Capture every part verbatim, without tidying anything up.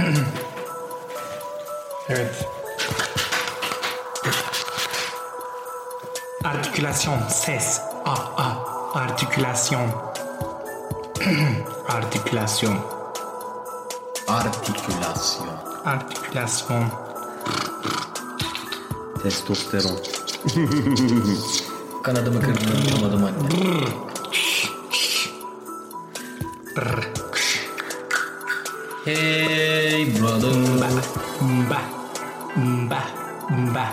Evet. Artikülasyon, ses. A, a. Artikülasyon. Artikülasyon. Artikülasyon. Artikülasyon. Testosteron. Kanadımı kırdım, unutamadım anne. Hey brother. Mba, mba, mba, mba.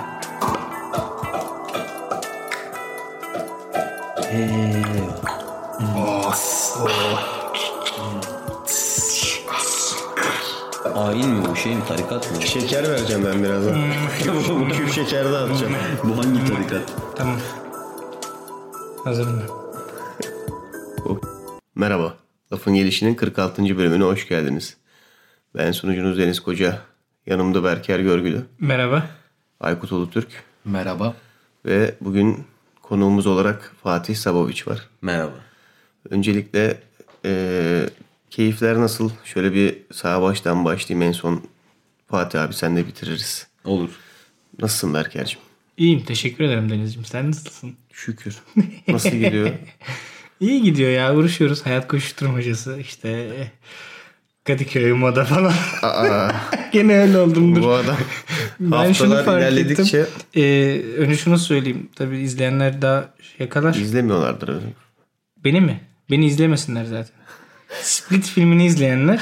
Hey. Ayin mi bu şey mi, tarikat mı? Şeker vereceğim ben birazdan. Bu küp şeker de atacağım. Bu hangi tarikat? Tamam. Hazırım ben. Merhaba. Lafın Gelişi'nin kırk altıncı bölümüne hoş geldiniz. Ben sunucunuz Deniz Koca. Yanımda Berker Görgülü. Merhaba. Aykut Ulutürk. Merhaba. Ve bugün konuğumuz olarak Fatih Saboviç var. Merhaba. Öncelikle e, keyifler nasıl? Şöyle bir sağa baştan başlayayım, en son Fatih abi sen de bitiririz. Olur. Nasılsın Berker'cim? İyiyim, teşekkür ederim Deniz'ciğim. Sen nasılsın? Şükür. Nasıl gidiyor? İyi gidiyor ya. Uğraşıyoruz. Hayat koşuşturmacası. İşte Kadıköy, moda falan. Aa, Gene öyle oldumdur. bu adam Ben şunu haftalar fark ilerledikçe ettim. Ee, önce şunu söyleyeyim. Tabii izleyenler daha yakalar. izlemiyorlardır. Beni mi? Beni izlemesinler zaten. Split filmini izleyenler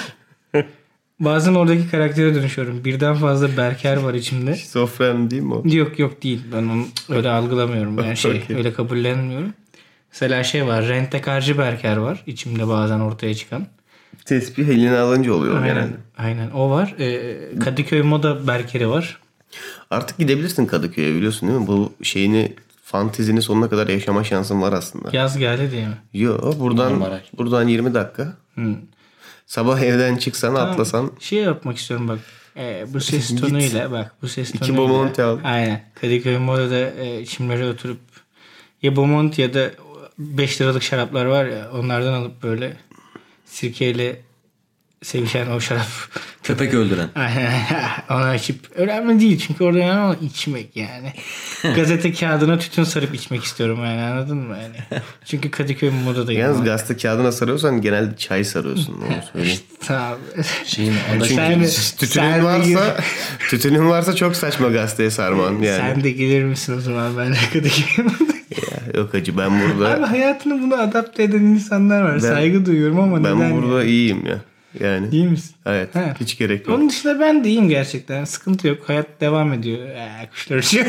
bazen oradaki karaktere dönüşüyorum. Birden fazla Berker var içimde. Şizofren değil mi o? Yok yok değil. Ben onu öyle algılamıyorum. Yani şey Okay. öyle kabullenmiyorum. Mesela şey var. Rentekarcı Berker var. İçimde bazen ortaya çıkan. Tesbih eline alınca oluyor Aynen. genelde. Aynen o var. Ee, Kadıköy Moda Berker'i var. Artık gidebilirsin Kadıköy'e, biliyorsun değil mi? Bu şeyini, fantezini sonuna kadar yaşama şansın var aslında. Yaz geldi diye mi? Yo, buradan Marmaray. buradan yirmi dakika. Hı. Sabah evden çıksan, atlasan Şey yapmak istiyorum bak. Ee, bu ses Git. tonuyla bak. Bu ses İki tonuyla. Bomonti al. Aynen. Kadıköy Moda'da e, çimlere oturup ya Bomonti ya da beş liralık şaraplar var ya, onlardan alıp böyle sirkeyle sevişen o şarap. Köpek öldüren. Aynen. Onu açıp önemli değil çünkü orada önemli olan içmek yani. Gazete kağıdına tütün sarıp içmek istiyorum yani, anladın mı yani? Çünkü Kadıköy Moda'dayım. yalnız ama. gazete kağıdına sarıyorsan genelde çay sarıyorsun, onu söyleyeyim. Tamam. Şeyin Çünkü Sen de- tütünün sen de varsa tütünün varsa çok saçma gazeteye sarman yani. Sen de gelir misin o zaman ben de Kadıköy Moda'yım. Ya, yok hacı, ben burada Abi hayatını buna adapte eden insanlar var. Saygı duyuyorum ama ben neden burada ya? iyiyim ya. Yani. İyi misin? Evet. Ha. Hiç gerek yok. Onun dışında ben de iyiyim gerçekten. Sıkıntı yok. Hayat devam ediyor. Ee, kuşlar uçuyor.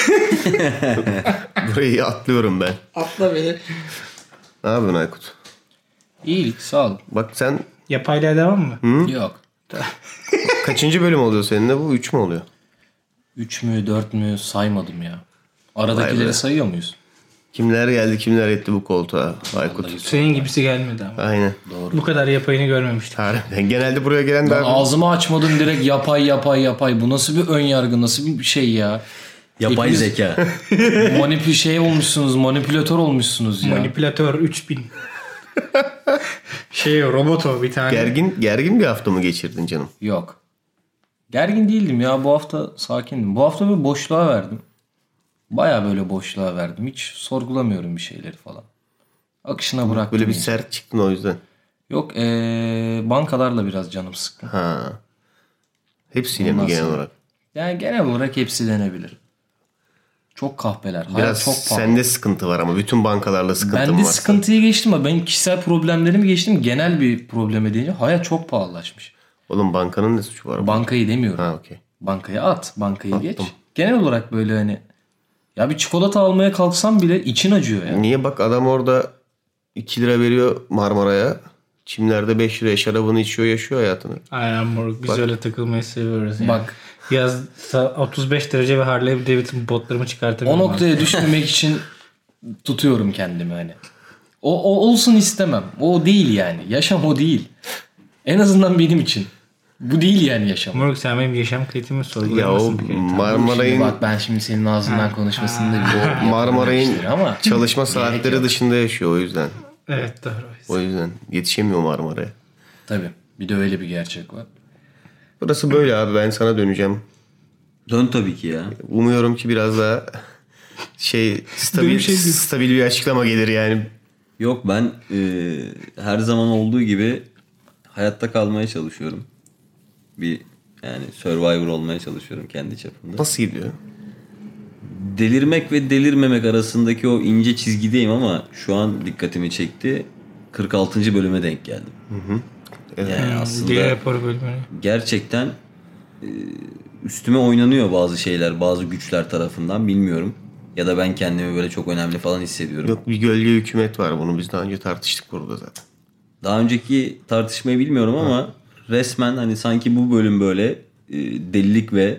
Burayı atlıyorum ben. Atla beni. Ne yapıyorsun Aykut? İyilik, sağ ol. Bak sen Yapayla devam mı? Yok. kaçıncı bölüm oluyor seninle? Bu üç mü oluyor? Üç mü dört mü saymadım ya. Vay be. Aradakileri sayıyor muyuz? Kimler geldi kimler etti bu koltuğa Aykut? Vallahi Senin gibisi gelmedi ama. Aynen. Bu kadar yapayını görmemiştim. Harbiden. Genelde buraya gelen Ben daha... ağzımı açmadım, direkt yapay yapay yapay. Bu nasıl bir ön yargı, nasıl bir şey ya? Yapay Hepiniz zeka. Manipü şey olmuşsunuz, manipülatör olmuşsunuz ya. Manipülatör üç bin. Şey robot o bir tane. Gergin, gergin bir hafta mı geçirdin canım? Yok. Gergin değildim ya, bu hafta sakindim. Bu hafta bir boşluğa verdim. Baya böyle boşluğa verdim. Hiç sorgulamıyorum bir şeyleri falan. Akışına bıraktım. Böyle bir iyice. sert çıktın o yüzden. Yok ee, bankalarla biraz canım sıkkın. Ha. Hepsiyle mi Ondan genel sonra- olarak? Yani genel olarak hepsi denebilir. Çok kahpeler. Hayat Biraz çok pahalı. sende sıkıntı var ama bütün bankalarla sıkıntın Ben de var. sıkıntıyı geçtim ama benim kişisel problemlerimi geçtim. Genel bir probleme deyince hayat çok pahalılaşmış. Oğlum bankanın ne suçu var? Bankayı demiyorum. Ha okey. Bankaya at. Bankayı geç. Genel olarak böyle hani ya bir çikolata almaya kalksam bile için acıyor ya. Niye, bak adam orada iki lira veriyor Marmara'ya. Çimlerde beş liraya şarabını içiyor, yaşıyor hayatını. Aynen moruk. Biz Bak. öyle takılmayı seviyoruz yani. Bak. Yaz otuz beş derece ve Harley Davidson botlarımı O çıkartamıyorum. noktaya düşmemek için tutuyorum kendimi hani. O, o olsun istemem. O değil yani. Yaşam o değil. En azından benim için. Bu değil yani yaşam. Moruk sen benim yaşam kalitemi Ya o sorgulayamazsın bir kere. Tamam. Marmaray'ın Bak ben şimdi senin ağzından konuşmasını da biliyorum. Marmaray'ın ama çalışma saatleri yok. dışında yaşıyor o yüzden. Evet doğru. O yüzden yetişemiyor Marmara'ya. tabii bir de öyle bir gerçek var. Burası böyle abi, ben sana döneceğim. Dön tabii ki ya. Umuyorum ki biraz daha şey stabil, şey değil. stabil bir açıklama gelir yani. Yok ben e, her zaman olduğu gibi hayatta kalmaya çalışıyorum. Bir yani survivor olmaya çalışıyorum kendi çapımda. Nasıl gidiyor? Delirmek ve delirmemek arasındaki o ince çizgideyim ama şu an dikkatimi çekti. kırk altıncı bölüme denk geldim. Evet. Yani Hmm, aslında Diğer rapor bölümünü. gerçekten e, üstüme oynanıyor bazı şeyler, bazı güçler tarafından, bilmiyorum. Ya da ben kendimi böyle çok önemli falan hissediyorum. Yok, bir gölge hükümet var, bunu biz daha önce tartıştık burada zaten. Daha önceki tartışmayı bilmiyorum ama resmen hani sanki bu bölüm böyle e, delilik ve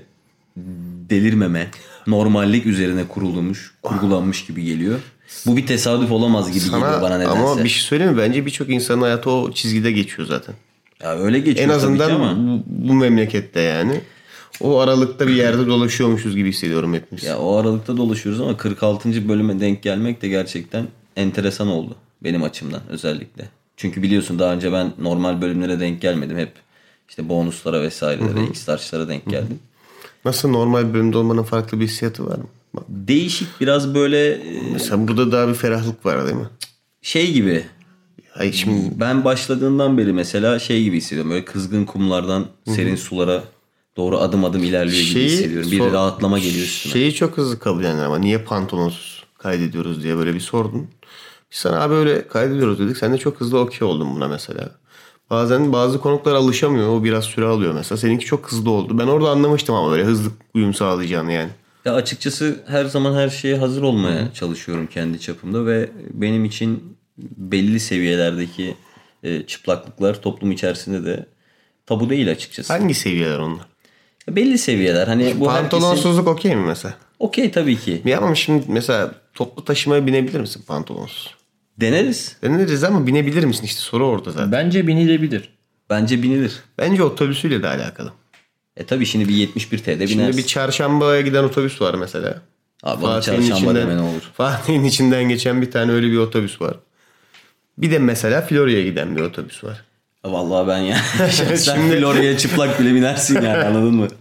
delirmeme, normallik üzerine kurulmuş, kurgulanmış gibi geliyor. Bu bir tesadüf olamaz gibi Sana, geliyor bana nedense. ama bir şey söyleyeyim mi? Bence birçok insanın hayatı o çizgide geçiyor zaten. Ya öyle geçiyor En tabii ki azından ama. bu, bu memlekette yani. O aralıkta bir yerde dolaşıyormuşuz gibi hissediyorum hepimiz. Ya o aralıkta dolaşıyoruz ama kırk altıncı bölüme denk gelmek de gerçekten enteresan oldu benim açımdan özellikle. Çünkü biliyorsun daha önce ben normal bölümlere denk gelmedim. Hep işte bonuslara vesairelere, X-Star'lara denk geldim. Nasıl, normal bölümde olmanın farklı bir hissiyatı var mı? Bak, Değişik biraz böyle e, mesela burada daha bir ferahlık var değil mi? şey gibi. Hayır şimdi Ben başladığından beri mesela şey gibi hissediyorum. Böyle kızgın kumlardan serin sulara doğru adım adım ilerliyor gibi şeyi hissediyorum. Bir sor- rahatlama geliyor üstüme. Şeyi çok hızlı kabullenir ama niye pantolonsuz kaydediyoruz diye böyle bir sordun. Biz sana abi öyle kaydediyoruz dedik. Sen de çok hızlı okey oldun buna mesela. Bazen bazı konuklar alışamıyor. O biraz süre alıyor mesela. Seninki çok hızlı oldu. Ben orada anlamıştım ama böyle hızlı uyum sağlayacağını yani. Ya açıkçası her zaman her şeye hazır olmaya çalışıyorum kendi çapımda ve benim için belli seviyelerdeki e, çıplaklıklar toplum içerisinde de tabu değil açıkçası. Hangi seviyeler onlar? Belli seviyeler. Hani bu herkesin... Pantolonsuzluk okey mi mesela? Okey tabii ki. Ya ama şimdi mesela toplu taşımaya binebilir misin pantolonsuz? Deneriz. Deneriz ama binebilir misin? İşte soru orada zaten. Bence binilebilir. Bence binilir. Bence otobüsüyle de alakalı. E tabii şimdi bir yetmiş bir T'de binersin. Şimdi bir çarşambaya giden otobüs var mesela. Abi bana Fatih'in çarşamba deme ne olur. Fatih'in içinden geçen bir tane öyle bir otobüs var. Bir de mesela Florya'ya giden bir otobüs var. Vallahi ben ya. Sen Şimdi- Florya'ya çıplak bile binersin yani, anladın mı?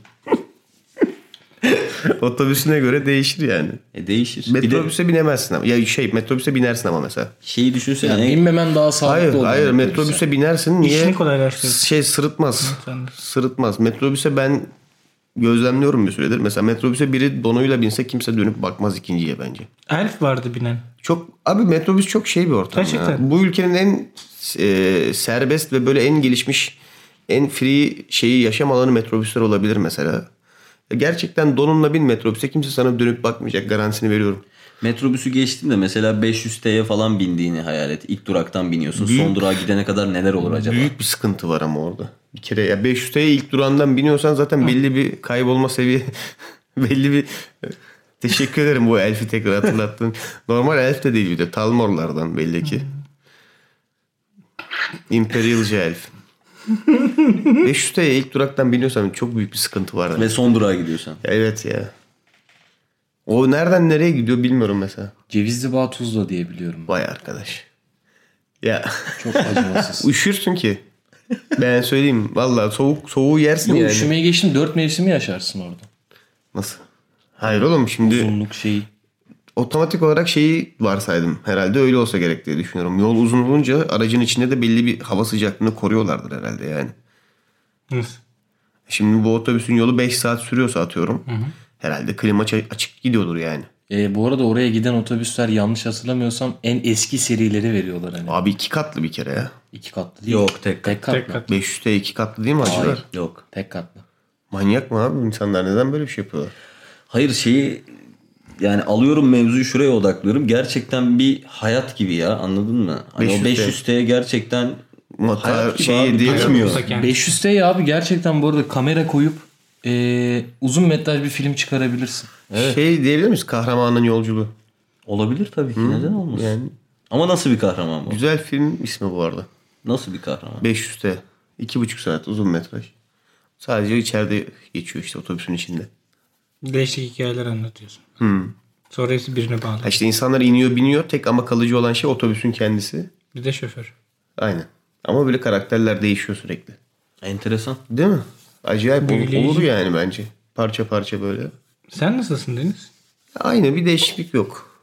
Otobüsüne göre değişir yani. E değişir. Bir de Metrobüse binemezsin ama. Ya şey metrobüse binersin ama mesela. şeyi düşünsene. Yani ne- binmemen daha sağlıklı Hayır olur. hayır metrobüse. metrobüse binersin. Niye? İşini kolaylaştırır. Şey sırıtmaz. İnsanlar. Sırıtmaz. Metrobüse ben gözlemliyorum bir süredir. Mesela metrobüse biri donuyla binse kimse dönüp bakmaz ikinciye bence. Elf vardı binen. Çok abi metrobüs çok şey bir ortam ya. Gerçekten. Bu ülkenin en e, serbest ve böyle en gelişmiş, en free şeyi yaşam alanı metrobüsler olabilir mesela. Gerçekten donunla bin metrobüse kimse sana dönüp bakmayacak, garantisini veriyorum. Metrobüsü geçtim de mesela beş yüz T'ye falan bindiğini hayal et. İlk duraktan biniyorsun. Büyük- Son durağa gidene kadar neler olur acaba? Büyük bir sıkıntı var ama orada. Bir kere ya beş yüz T'ye ilk durağından biniyorsan zaten belli bir kaybolma seviye belli bir teşekkür ederim bu Elf'i tekrar hatırlattın. Normal Elf de değil, bir de Talmorlardan belli ki. İmperialci Elf. beş yüz T'ye ilk duraktan biniyorsan çok büyük bir sıkıntı var. Ve son durağa gidiyorsan. Evet ya. O nereden nereye gidiyor bilmiyorum mesela. Cevizli Bağ Tuzla diye biliyorum. Vay arkadaş. Ya Çok acımasız. üşürsün ki. Ben söyleyeyim. Vallahi soğuk soğuğu yersin Yok, yani. üşümeye geçtim, dört mevsimi yaşarsın orada. Nasıl? Hayır oğlum şimdi Uzunluk şeyi. otomatik olarak şeyi varsaydım. Herhalde öyle olsa gerek diye düşünüyorum. Yol uzun olunca aracın içinde de belli bir hava sıcaklığını koruyorlardır herhalde yani. Nasıl? Şimdi bu otobüsün yolu beş saat sürüyorsa atıyorum. Herhalde klima aç- açık gidiyordur yani. E, bu arada oraya giden otobüsler yanlış hatırlamıyorsam en eski serileri veriyorlar hani. Abi iki katlı bir kere ya. İki katlı değil. Yok, tek Tek katlı. Tek kat. beş yüz T iki katlı değil mi acılar? Hayır. Yok. Tek katlı. Manyak mı abi insanlar, neden böyle bir şey yapıyorlar? Hayır şeyi yani alıyorum mevzuyu şuraya odaklıyorum. Gerçekten bir hayat gibi ya, anladın mı? Hani beş yüz o beş yüz T'ye gerçekten Motor hayat gibi şeyi abi, değil mi? bitmiyor. Yani. beş yüz T abi gerçekten bu arada kamera koyup e, uzun metraj bir film çıkarabilirsin. Şey diyebilir miyiz? Kahramanın yolculuğu. Olabilir tabii ki, neden olmasın? Yani Ama nasıl bir kahraman bu? güzel film ismi bu arada. Nasıl bir kahraman? beş yüz T. iki buçuk saat uzun metraj. Sadece içeride geçiyor işte, otobüsün içinde. Değişik hikayeler anlatıyorsun. Hmm. Sonra hepsi birine bağlı. Ha işte insanlar iniyor biniyor. Tek ama kalıcı olan şey otobüsün kendisi. Bir de şoför. Aynen. Ama böyle karakterler değişiyor sürekli. Enteresan. Değil mi? Acayip ol- Büyüleyici. olur yani bence. Parça parça böyle. Sen nasılsın Deniz? Aynı, bir değişiklik yok.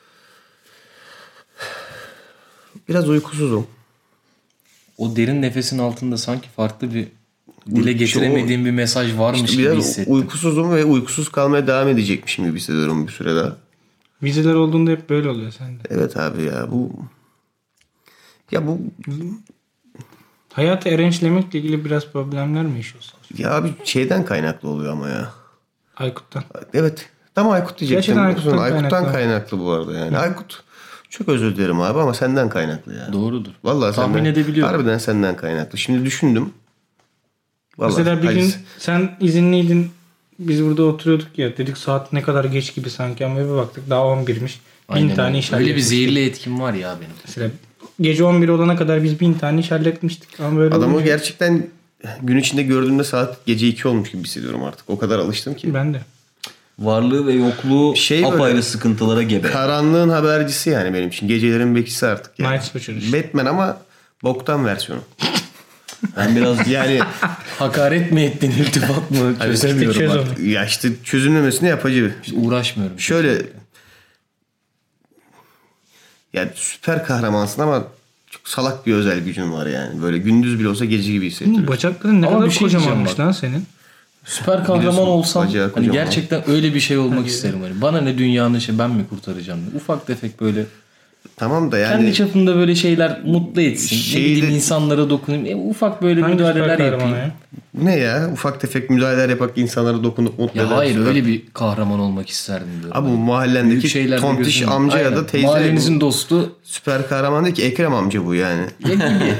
Biraz uykusuzum. O derin nefesin altında sanki farklı bir dile getiremediğim bir mesaj varmış İşte gibi biraz hissettim. uykusuzum ve uykusuz kalmaya devam edecekmişim gibi hissediyorum bir süre daha. Vizeler olduğunda hep böyle oluyor sende. Evet abi ya bu... Ya bu... Hayatı erençlemekle ilgili biraz problemler mi yaşıyorsun? Ya abi şeyden kaynaklı oluyor ama ya. Aykut'tan. Evet. Tam Aykut diyecektim. Gerçekten Aykut'tan Aykut'tan kaynaklı. kaynaklı bu arada yani. Aykut çok özür dilerim abi ama senden kaynaklı ya. Doğrudur. Vallahi Tahmin senden, edebiliyorum. Harbiden senden kaynaklı. Şimdi düşündüm. Vallahi, Mesela bir hadi- gün sen izinliydin. Biz burada oturuyorduk ya. Dedik saat ne kadar geç gibi sanki ama bir baktık daha on birmiş. Bin Aynen tane öyle. iş Öyle bir halletmiştik. zehirli etkim var ya benim. Mesela gece on bir olana kadar biz bin tane iş halletmiştik. Ama böyle Adamı olunca- gerçekten gün içinde gördüğümde saat gece iki olmuş gibi hissediyorum artık. O kadar alıştım ki. Ben de. Varlığı ve yokluğu Şey böyle- apayrı sıkıntılara gebe. Karanlığın habercisi yani benim için. Gecelerin bekçisi artık yani. Night Switcher işte. Batman ama boktan versiyonu. Ben biraz Yani Hakaret mi ettin, iltifat mı? Çözemiyorum çöz artık. onu. ya işte çözümlemesini yapıcı. Uğraşmıyorum. Şöyle yani süper kahramansın ama çok salak bir özel gücün var yani. Böyle gündüz bile olsa gece gibi hissettiriyor. Bacakların ne Ama kadar bir şey diyeceğim kocamanmış bak. lan senin. Süper kahraman Biliyorsun, olsam bacağı hani kocaman. gerçekten öyle bir şey olmak isterim. Hani bana ne dünyanın şey ben mi kurtaracağım diye. Ufak tefek böyle Tamam da yani kendi çapımda böyle şeyler mutlu etsin. Şeyi ne bileyim de- insanlara dokunayım. E, ufak böyle Hangi müdahaleler süper kahraman yapayım. ya? ne ya ufak tefek müdahaleler yaparak insanlara dokunup mutlu Ya eden hayır süper- öyle bir kahraman olmak isterdim diyorum. Abi bu Hani büyük mahallendeki şeylerde tontiş gözüm- amca ya Aynen. da teyze Mahallenizin bu dostu süper kahraman değil ki Ekrem amca bu yani. ya gibi.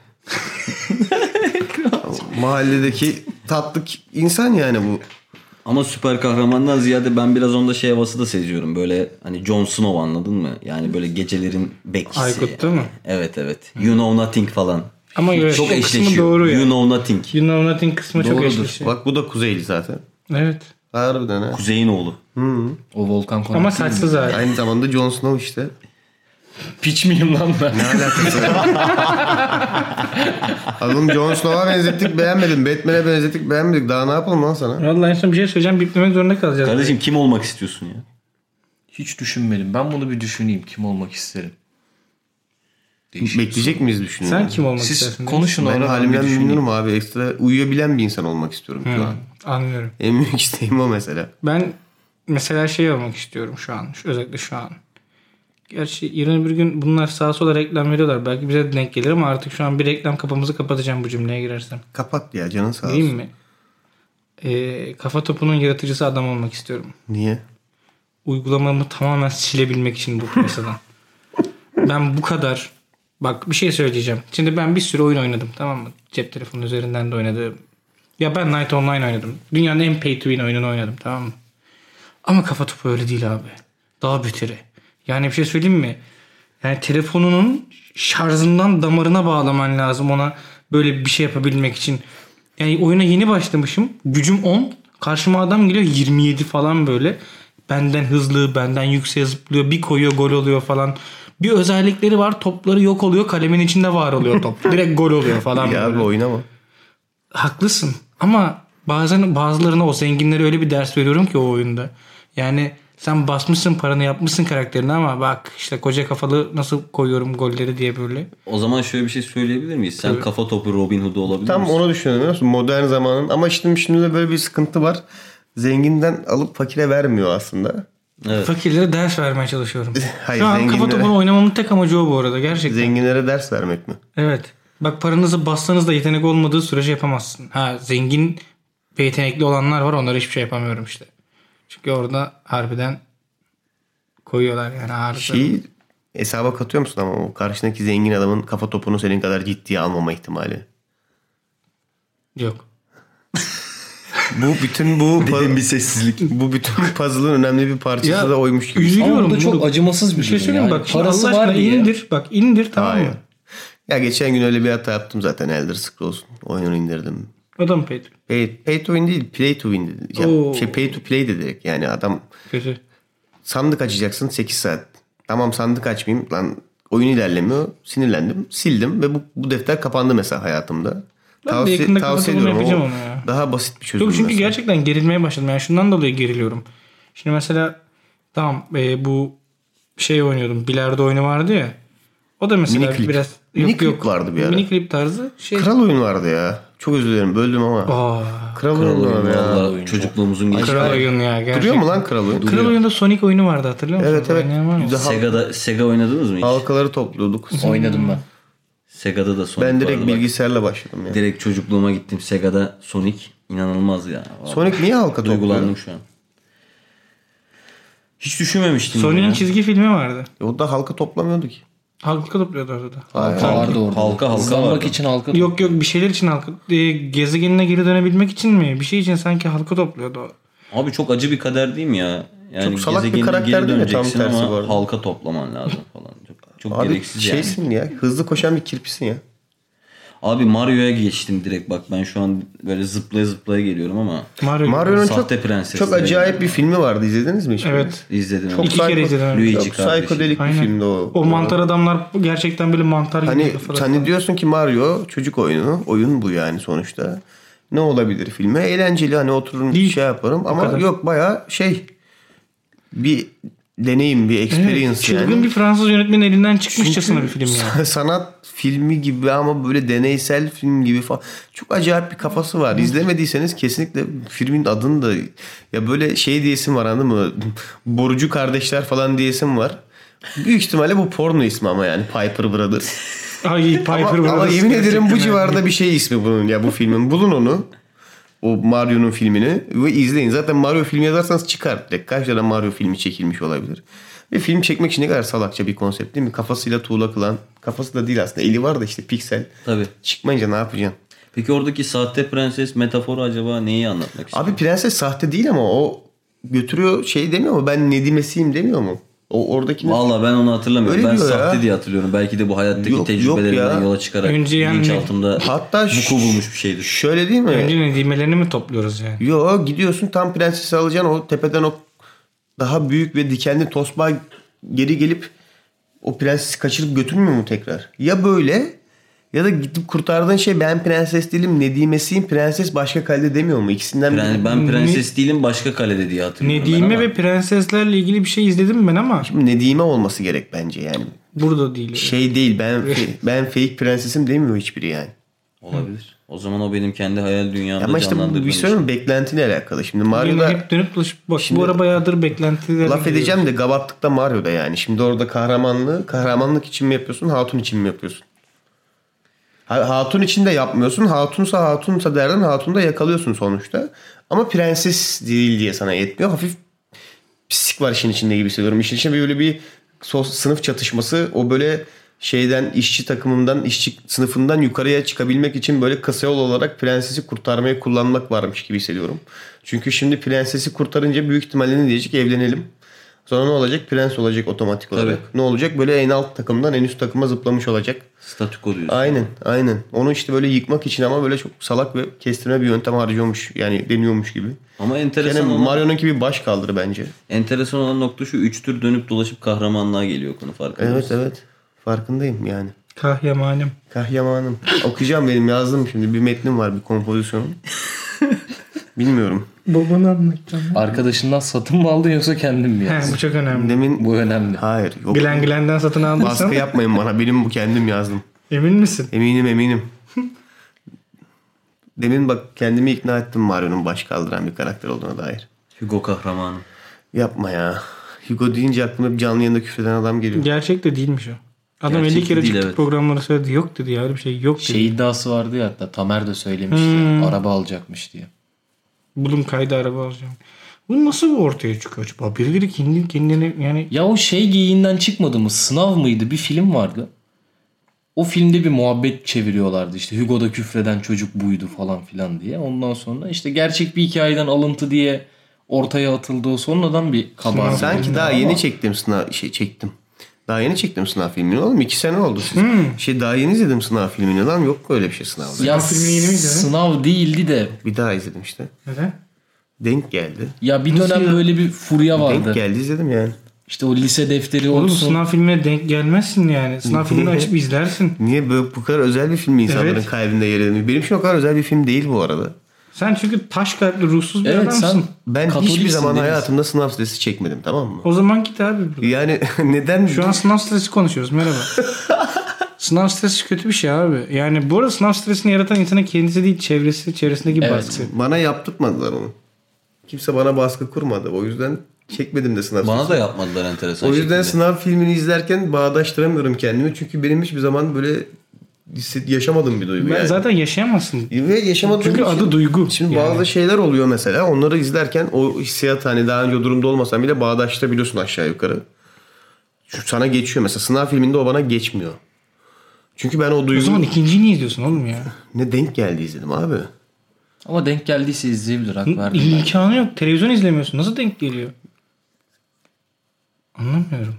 Mahalledeki tatlı insan yani bu. ama süper kahramandan ziyade ben biraz onda şey havası da seziyorum. Böyle hani Jon Snow, anladın mı? Yani böyle gecelerin bekçisi. Aykut değil mi? Evet evet. You know nothing falan. Ama evet, Çok o kısmı eşleşiyor. doğru ya. You know nothing. You know nothing kısmı çok Doğrudur. eşleşiyor. Bak bu da Kuzeyli zaten. Evet. Harbiden ha. Kuzey'in oğlu. O volkan konusu. Ama saçsız hali. Aynı zamanda Jon Snow işte. Piç miyim lan ben? Ne alakası var? Oğlum Jon Snow'a benzettik beğenmedim. Batman'e benzettik beğenmedik. Daha ne yapalım lan sana? Vallahi en son bir şey söyleyeceğim. Biplemek zorunda kalacağız. Kardeşim kim olmak istiyorsun ya? Hiç düşünmedim. Ben bunu bir düşüneyim. Kim olmak isterim? Değişik. Bekleyecek miyiz düşünüyorum. Sen kim olmak Siz istersin? konuşun Ben orada. halimden bir düşüneyim. memnunum abi. Ekstra uyuyabilen bir insan olmak istiyorum şu Hı, an. anlıyorum. En büyük isteğim o mesela. Ben mesela şey olmak istiyorum şu an. Şu- Özellikle şu an. Gerçi yarın bir gün bunlar sağa sola reklam veriyorlar. Belki bize de denk gelir ama artık şu an bir reklam kapımızı kapatacağım bu cümleye girersem. Kapat ya canın sağ olsun. Değil mi? Ee, kafa topunun yaratıcısı adam olmak istiyorum. Niye? Uygulamamı tamamen silebilmek için bu piyasadan. Ben bu kadar... Bak bir şey söyleyeceğim. Şimdi ben bir sürü oyun oynadım, tamam mı? Cep telefonu üzerinden de oynadım. Ya ben Night Online oynadım. Dünyanın en pay to win oyununu oynadım, tamam mı? Ama kafa topu öyle değil abi. Daha beteri. Yani bir şey söyleyeyim mi? Yani telefonunun şarjından damarına bağlaman lazım ona böyle bir şey yapabilmek için. Yani oyuna yeni başlamışım. Gücüm on. Karşıma adam geliyor yirmi yedi falan böyle. Benden hızlı, benden yükseğe zıplıyor. Bir koyuyor gol oluyor falan. Bir özellikleri var. Topları yok oluyor. Kalemin içinde var oluyor top. Direkt gol oluyor falan. Ya abi böyle. oynama. Haklısın. Ama bazen bazılarına o zenginlere öyle bir ders veriyorum ki o oyunda. Yani sen basmışsın paranı yapmışsın karakterini ama bak işte koca kafalı nasıl koyuyorum golleri diye böyle. O zaman şöyle bir şey söyleyebilir miyiz? Sen kafa topu Robin Hood olabilir Tam misin? onu düşünüyorum biliyor musun? Modern zamanın. Ama şimdi şimdi de böyle bir sıkıntı var. Zenginden alıp fakire vermiyor aslında. Evet. Fakirlere ders vermeye çalışıyorum. Hayır, Şu an kafa zenginlere- topunu oynamamın tek amacı o bu arada gerçekten. Zenginlere ders vermek mi? Evet. Bak paranızı bassanız da yetenek olmadığı sürece yapamazsın. Ha zengin ve yetenekli olanlar var, onlara hiçbir şey yapamıyorum işte. Çünkü orada harbiden koyuyorlar yani harbiden. Şeyi hesaba katıyor musun ama o karşındaki zengin adamın kafa topunu senin kadar ciddiye almama ihtimali. Yok. Bu bütün bu Derin bir sessizlik. bu bütün puzzle'ın önemli bir parçası Ya, da oymuş gibi. üzülüyorum. Ama bu da çok moruk. acımasız bir, Bir şey durum söyleyeyim mi? yani. Bak şimdi Parası Allah aşkına var diye. indir. Bak indir tamam Hayır. mı? Ya geçen gün öyle bir hata yaptım zaten. Elder Scrolls oyununu indirdim. Adam pay to. Pay, pay to win değil, play to win dedi. Ya, Oo. şey, pay to play de direkt. Yani adam Kötü. sandık açacaksın sekiz saat. Tamam sandık açmayayım. Lan oyun ilerlemiyor. Sinirlendim. Sildim ve bu, bu defter kapandı mesela hayatımda. Ben de Tavsiye, yakında tavsiye kapatıp bunu ediyorum. yapacağım O onu ya. daha basit bir çözüm. Yok çünkü mesela. gerçekten gerilmeye başladım. Yani şundan dolayı geriliyorum. Şimdi mesela tamam e, bu şey oynuyordum. Bilardo oyunu vardı ya. O da mesela Mini klip. biraz... Mini yok, klip yok. vardı bir ara. Mini klip tarzı şey. Kral oyun vardı ya. Çok özür dilerim böldüm ama. Aa, Kral, Kral oyun oyun vardı ya. valla çocukluğumuzun geçti. Kral oyun ya gerçekten. Duruyor mu lan Kral oyun? Kral oyunda Sonic oyunu vardı hatırlıyor musun? Evet evet. Oynayan var mı? Yüzde halk- Sega'da Sega oynadınız mı hiç? halkaları topluyorduk. Oynadım ben. Sega'da da Sonic Ben direkt vardı bak. bilgisayarla başladım ya. Direkt çocukluğuma gittim. Sega'da Sonic inanılmaz ya. Sonic niye halka topluyor? Duygulandım şu an. Hiç düşünmemiştim. Sonic'in ya. çizgi filmi vardı. E, o da halka toplamıyordu ki. Halka topluyordu orada da. Hayır. Vardı orada. Halka halka Hızlanmak vardı. için halka. Yok yok bir şeyler için halka. E, gezegenine geri dönebilmek için mi? Bir şey için sanki halka topluyordu o. Abi çok acı bir kader değil mi ya? Yani Çok salak bir gezegenine karakter geri değil mi? Tam döneceksin tersi ama bu arada. halka toplaman lazım falan. Çok, çok Abi gereksiz yani. şeysin ya. Hızlı koşan bir kirpisin ya. Abi Mario'ya geçtim direkt bak ben şu an böyle zıplaya zıplaya geliyorum ama Mario. Mario'nun çok, Sahte Prensesler. çok acayip bir filmi vardı. İzlediniz mi hiç? Evet. izledim. Çok Çok İki kere izledim. Çok Luigi kardeşi. psikodelik bir Aynen. filmdi o. O mantar adamlar gerçekten böyle mantar gibi. Hani kafada. hani diyorsun ki Mario çocuk oyunu. Oyun bu yani sonuçta. Ne olabilir filme? Eğlenceli hani otururum Değil. şey yaparım ama kadar. yok baya şey bir deneyim, bir experience Evet, çılgın yani. bir Fransız yönetmenin elinden çıkmışçasına bir film yani. Sanat filmi gibi ama böyle deneysel film gibi falan. Çok acayip bir kafası var. İzlemediyseniz kesinlikle filmin adını da ya böyle şey diyesim var anladın mı? Borucu kardeşler falan diyesim var. Büyük ihtimalle bu porno ismi ama yani Piper Brothers. Ay Piper ama, ama Brothers yemin ederim bu gerçekten civarda bir şey ismi bunun ya bu filmin. Bulun onu. O Mario'nun filmini ve izleyin. Zaten Mario filmi yazarsanız çıkar. Direkt kaç tane Mario filmi çekilmiş olabilir. Ve film çekmek için ne kadar salakça bir konsept değil mi? Kafasıyla tuğla kılan. Kafası da değil aslında. Eli var da işte piksel. Tabii. Çıkmayınca ne yapacaksın? Peki oradaki sahte prenses metaforu acaba neyi anlatmak istiyor? Abi prenses sahte değil ama o götürüyor şey demiyor mu? Ben Nedimesiyim demiyor mu? O oradaki Vallahi ben onu hatırlamıyorum. Öyle Ben diyor sahte ya. diye hatırlıyorum. Belki de bu hayattaki Yok, yok tecrübelerinden ya. yola çıkarak Önce yani- bilinçaltımda hatta vuku bulmuş bir şeydir. şöyle değil mi? Önce nedimelerini mi topluyoruz yani? Yo gidiyorsun tam prensesi alacaksın o tepeden o daha büyük ve dikenli tosbağa geri gelip o prensesi kaçırıp götürmüyor mu tekrar? Ya böyle ya da gidip kurtardığın şey ben prenses değilim Nedimesiyim prenses başka kalede demiyor mu? İkisinden Pren- biri. ben prenses değilim başka kalede diye hatırlıyorum. ben Nedime ama ve prenseslerle ilgili bir şey izledim ben ama Şimdi Nedime olması gerek bence yani. burada değil. Şey değil ben ben fake prensesim demiyor hiçbiri yani. olabilir. O zaman o benim kendi hayal dünyamda Ama işte bu canlandırdığım bir şey. sorun beklentiyle alakalı. Şimdi Yine Mario'da hep dönüp dolaşıp bak Şimdi- bu ara bayağıdır beklentiler. laf edeceğim de gavatlıkta Mario'da yani. Şimdi orada kahramanlığı kahramanlık için mi yapıyorsun hatun için mi yapıyorsun? Ha- Hatun için de yapmıyorsun. Hatunsa hatunsa derden hatunu da yakalıyorsun sonuçta. Ama prenses değil diye sana yetmiyor. Hafif pislik var işin içinde gibi hissediyorum. İşin içinde böyle bir sos- sınıf çatışması. O böyle şeyden işçi takımından işçi sınıfından yukarıya çıkabilmek için böyle kısa yol olarak prensesi kurtarmaya kullanmak varmış gibi hissediyorum. Çünkü şimdi prensesi kurtarınca büyük ihtimalle ne diyecek? Evlenelim. Sonra ne olacak? Prens olacak otomatik olarak. Tabii. Ne olacak? Böyle en alt takımdan en üst takıma zıplamış olacak. Statüko diyorsun. Aynen aynen. Onu işte böyle yıkmak için ama böyle çok salak ve kestirme bir yöntem harcıyormuş. Yani deniyormuş gibi. Ama enteresan Yani olan, Mario'nunki bir baş kaldırı bence. enteresan olan nokta şu üç tür dönüp dolaşıp kahramanlığa geliyor konu farkında Evet mısın? evet. Farkındayım yani. Kahyamanım. Kahyamanım. Okuyacağım benim yazdım şimdi. Bir metnim var bir kompozisyonum. Bilmiyorum. Babanı anlatacağım. Arkadaşından satın mı aldın yoksa kendin mi He, yazdın? bu çok önemli. Demin Bu önemli. hayır yok. Glen Glen'den satın aldıysan Baskı yapmayın bana. Benim bu kendim yazdım. emin misin? Eminim eminim. Demin bak kendimi ikna ettim Mario'nun baş kaldıran bir karakter olduğuna dair. Hugo kahramanı. Yapma ya. Hugo deyince aklıma bir canlı yayında küfreden adam geliyor. Gerçek de değilmiş o. Adam Gerçek elli kere değil, çıktı evet. programlara söyledi. Yok dedi ya öyle bir şey yok dedi. Şey iddiası vardı ya hatta Tamer de söylemişti. Hmm. Araba alacakmış diye. Bulun kaydı araba alacağım. Bu nasıl ortaya çıkıyor acaba? Birileri kendi kendine yani Ya o şey geyiğinden çıkmadı mı? Sınav mıydı? Bir film vardı. O filmde bir muhabbet çeviriyorlardı. İşte Hugo'da küfreden çocuk buydu falan filan diye. Ondan sonra işte gerçek bir hikayeden alıntı diye ortaya atıldı. O sonradan bir kabar. Sanki daha Ama yeni çektim sınav şey çektim. Daha yeni çektim sınav filmini oğlum. iki sene oldu siz. Şey daha yeni izledim sınav filmini lan. Yok öyle bir şey sınavda. Ya filmi yeni miydi? sınav değildi de. Bir daha izledim işte. neden? Denk geldi. Ya bir dönem ya? böyle bir furya Denk vardı. geldi izledim yani. İşte o lise defteri Oğlum olsun. sınav filmine denk gelmezsin yani. Sınav filmini açıp izlersin. Niye böyle bu kadar özel bir film insanların Evet. kalbinde yer edinmiş? Benim için o kadar özel bir film değil bu arada. Sen çünkü taş kalpli ruhsuz bir Evet adamsın. sen Ben Katoliksin hiçbir zaman Deniz. hayatımda sınav stresi çekmedim, tamam mı? O zaman git abi. burada. Yani neden? Şu an sınav stresi konuşuyoruz. Merhaba. Sınav stresi kötü bir şey abi. Yani bu arada sınav stresini yaratan insanın kendisi değil, çevresi, çevresindeki Evet. baskı. Bana yaptırtmadılar onu. Kimse bana baskı kurmadı. O yüzden çekmedim de sınav Bana stresi. da yapmadılar enteresan O yüzden şekilde. sınav filmini izlerken bağdaştıramıyorum kendimi. Çünkü benim hiçbir zaman böyle hisset- yaşamadığım bir duygu Ben yani. zaten yaşayamazsın. Ve yaşamadığım Çünkü için- adı duygu. Şimdi yani. bazı şeyler oluyor mesela. Onları izlerken o hissiyat, hani daha önce o durumda olmasam bile bağdaştırabiliyorsun aşağı yukarı. Şu sana geçiyor mesela. Sınav filminde o bana geçmiyor. Çünkü ben o O duygu zaman ikinciyi niye izliyorsun oğlum ya? ne denk geldi izledim abi. Ama denk geldiyse izleyebilir. Hak verdim. ben. İmkanı yok. Televizyon izlemiyorsun. Nasıl denk geliyor? Anlamıyorum.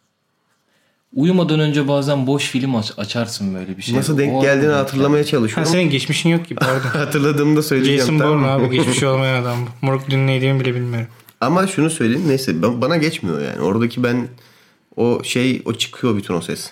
Uyumadan önce bazen boş film aç, açarsın böyle bir şey. Nasıl denk O geldiğini arada hatırlamaya Ha, çalışıyorum. senin geçmişin yok ki pardon. Hatırladığımda söyleyeceğim. Jason tamam Bourne mı? abi. Geçmiş olmayan adam bu. Moruk dün neydiğimi bile bilmiyorum. Ama şunu söyleyeyim, neyse ben- bana geçmiyor yani. Oradaki ben o şey o çıkıyor bütün o ses.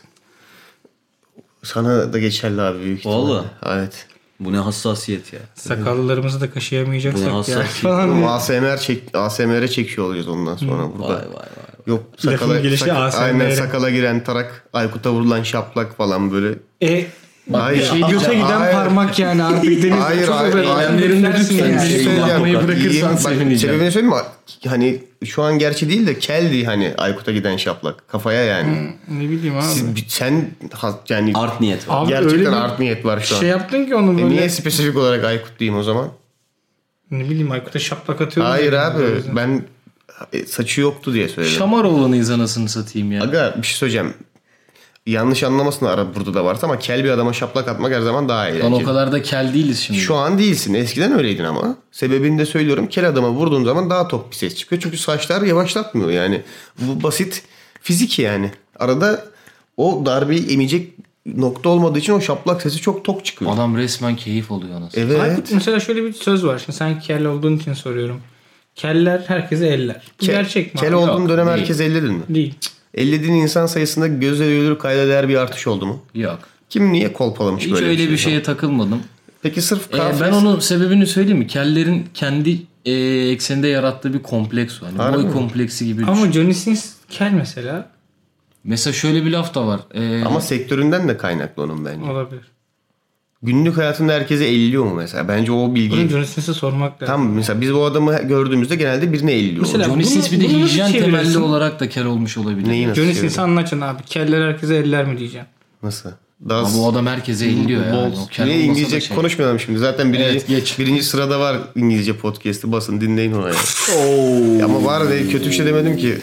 Sana da geçerli abi büyük ihtimalle. Vallahi. Evet. Bu ne hassasiyet ya. Sakallarımızı da Bu kaşıyamayacaksak ne ya. hassasiyet. Falan Oğlum diye. A S M R çek A S M R'e çekiyor olacağız ondan sonra burada. Vay vay vay. Yok Lafın sakala, gelişi sak- A S M R'e. aynen sakala giren tarak, Aykut'a vurulan şaplak falan böyle. E, Hayır. şey göte giden Hayır. parmak yani artık Deniz. Hayır, çok hayır, özel hayır. eylemlerinde Lütfen lütfen Bir yani. şey Şey söyleyeceğim. yapmayı Bak, bırakırsan yiyeyim, bak, sevineceğim. sebebini söyleyeyim mi? Hani şu an gerçi değil de keldi hani Aykut'a giden şaplak. Kafaya yani. Ne bileyim abi. Siz, sen ha- yani Art niyet var. Abi öyle gerçekten bir art niyet var şu an. şey yaptın ki onu E böyle. niye spesifik olarak Aykut diyeyim o zaman? Ne bileyim Aykut'a şaplak atıyordum. Hayır ya. abi ben e, saçı yoktu diye söyledim. Şamaroğlu'nuyuz anasını satayım ya. Aga bir şey söyleyeceğim. Yanlış anlamasın ara burada da varsa ama kel bir adama şaplak atmak her zaman daha Lan eğlenceli. o kadar da kel değiliz şimdi. Şu an değilsin. Eskiden öyleydin ama. Sebebini de söylüyorum. Kel adama vurduğun zaman daha tok bir ses çıkıyor. Çünkü saçlar yavaşlatmıyor yani. Bu basit fizik yani. Arada o darbeyi emecek nokta olmadığı için o şaplak sesi çok tok çıkıyor. Adam resmen keyif oluyor anasını. Evet. Aykut mesela şöyle bir söz var. Şimdi sen kel olduğun için soruyorum. Keller herkese eller. Bu Ke- gerçek mi? Kel abi? olduğun Yok, dönem değil. herkes elledin mi? Değil. Ellediğin insan sayısında gözle görülür kayda değer bir artış oldu mu? Yok. Kim niye kolpalamış Hiç böyle öyle bir şey? şeye takılmadım. Peki sırf Ee, kafes... ben onun sebebini söyleyeyim mi? Kellerin kendi e, ekseninde yarattığı bir kompleks o. Hani Harbi boy mi? kompleksi gibi Ama düşün. Johnny Sins kel mesela. Mesela şöyle bir laf da var. Ee, Ama sektöründen de kaynaklı onun bence. Olabilir. Günlük hayatında herkese elliyor mu mesela? Bence o bilgi... Bunu Johnny Sins'e sormak lazım. Tam mesela biz bu adamı gördüğümüzde genelde birine elliyor. Mesela- Johnny bunu- Sins bir de bunu nasıl hijyen temelli çeviriyorsun? olarak da kel olmuş olabilir. Neyi nasıl Johnny çevirdin? Sins'i anlatacaksın abi. Keller herkese eller mi diyeceğim. Nasıl? Daha Ama bu adam herkese elliyor yani. O kel Niye olmasa da İngilizce şey. konuşmayalım şimdi. Zaten birinci, Evet, geç. birinci sırada var İngilizce podcast'i. Basın dinleyin ona ya. Ya ama var ve kötü bir şey demedim ki.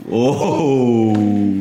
Oo.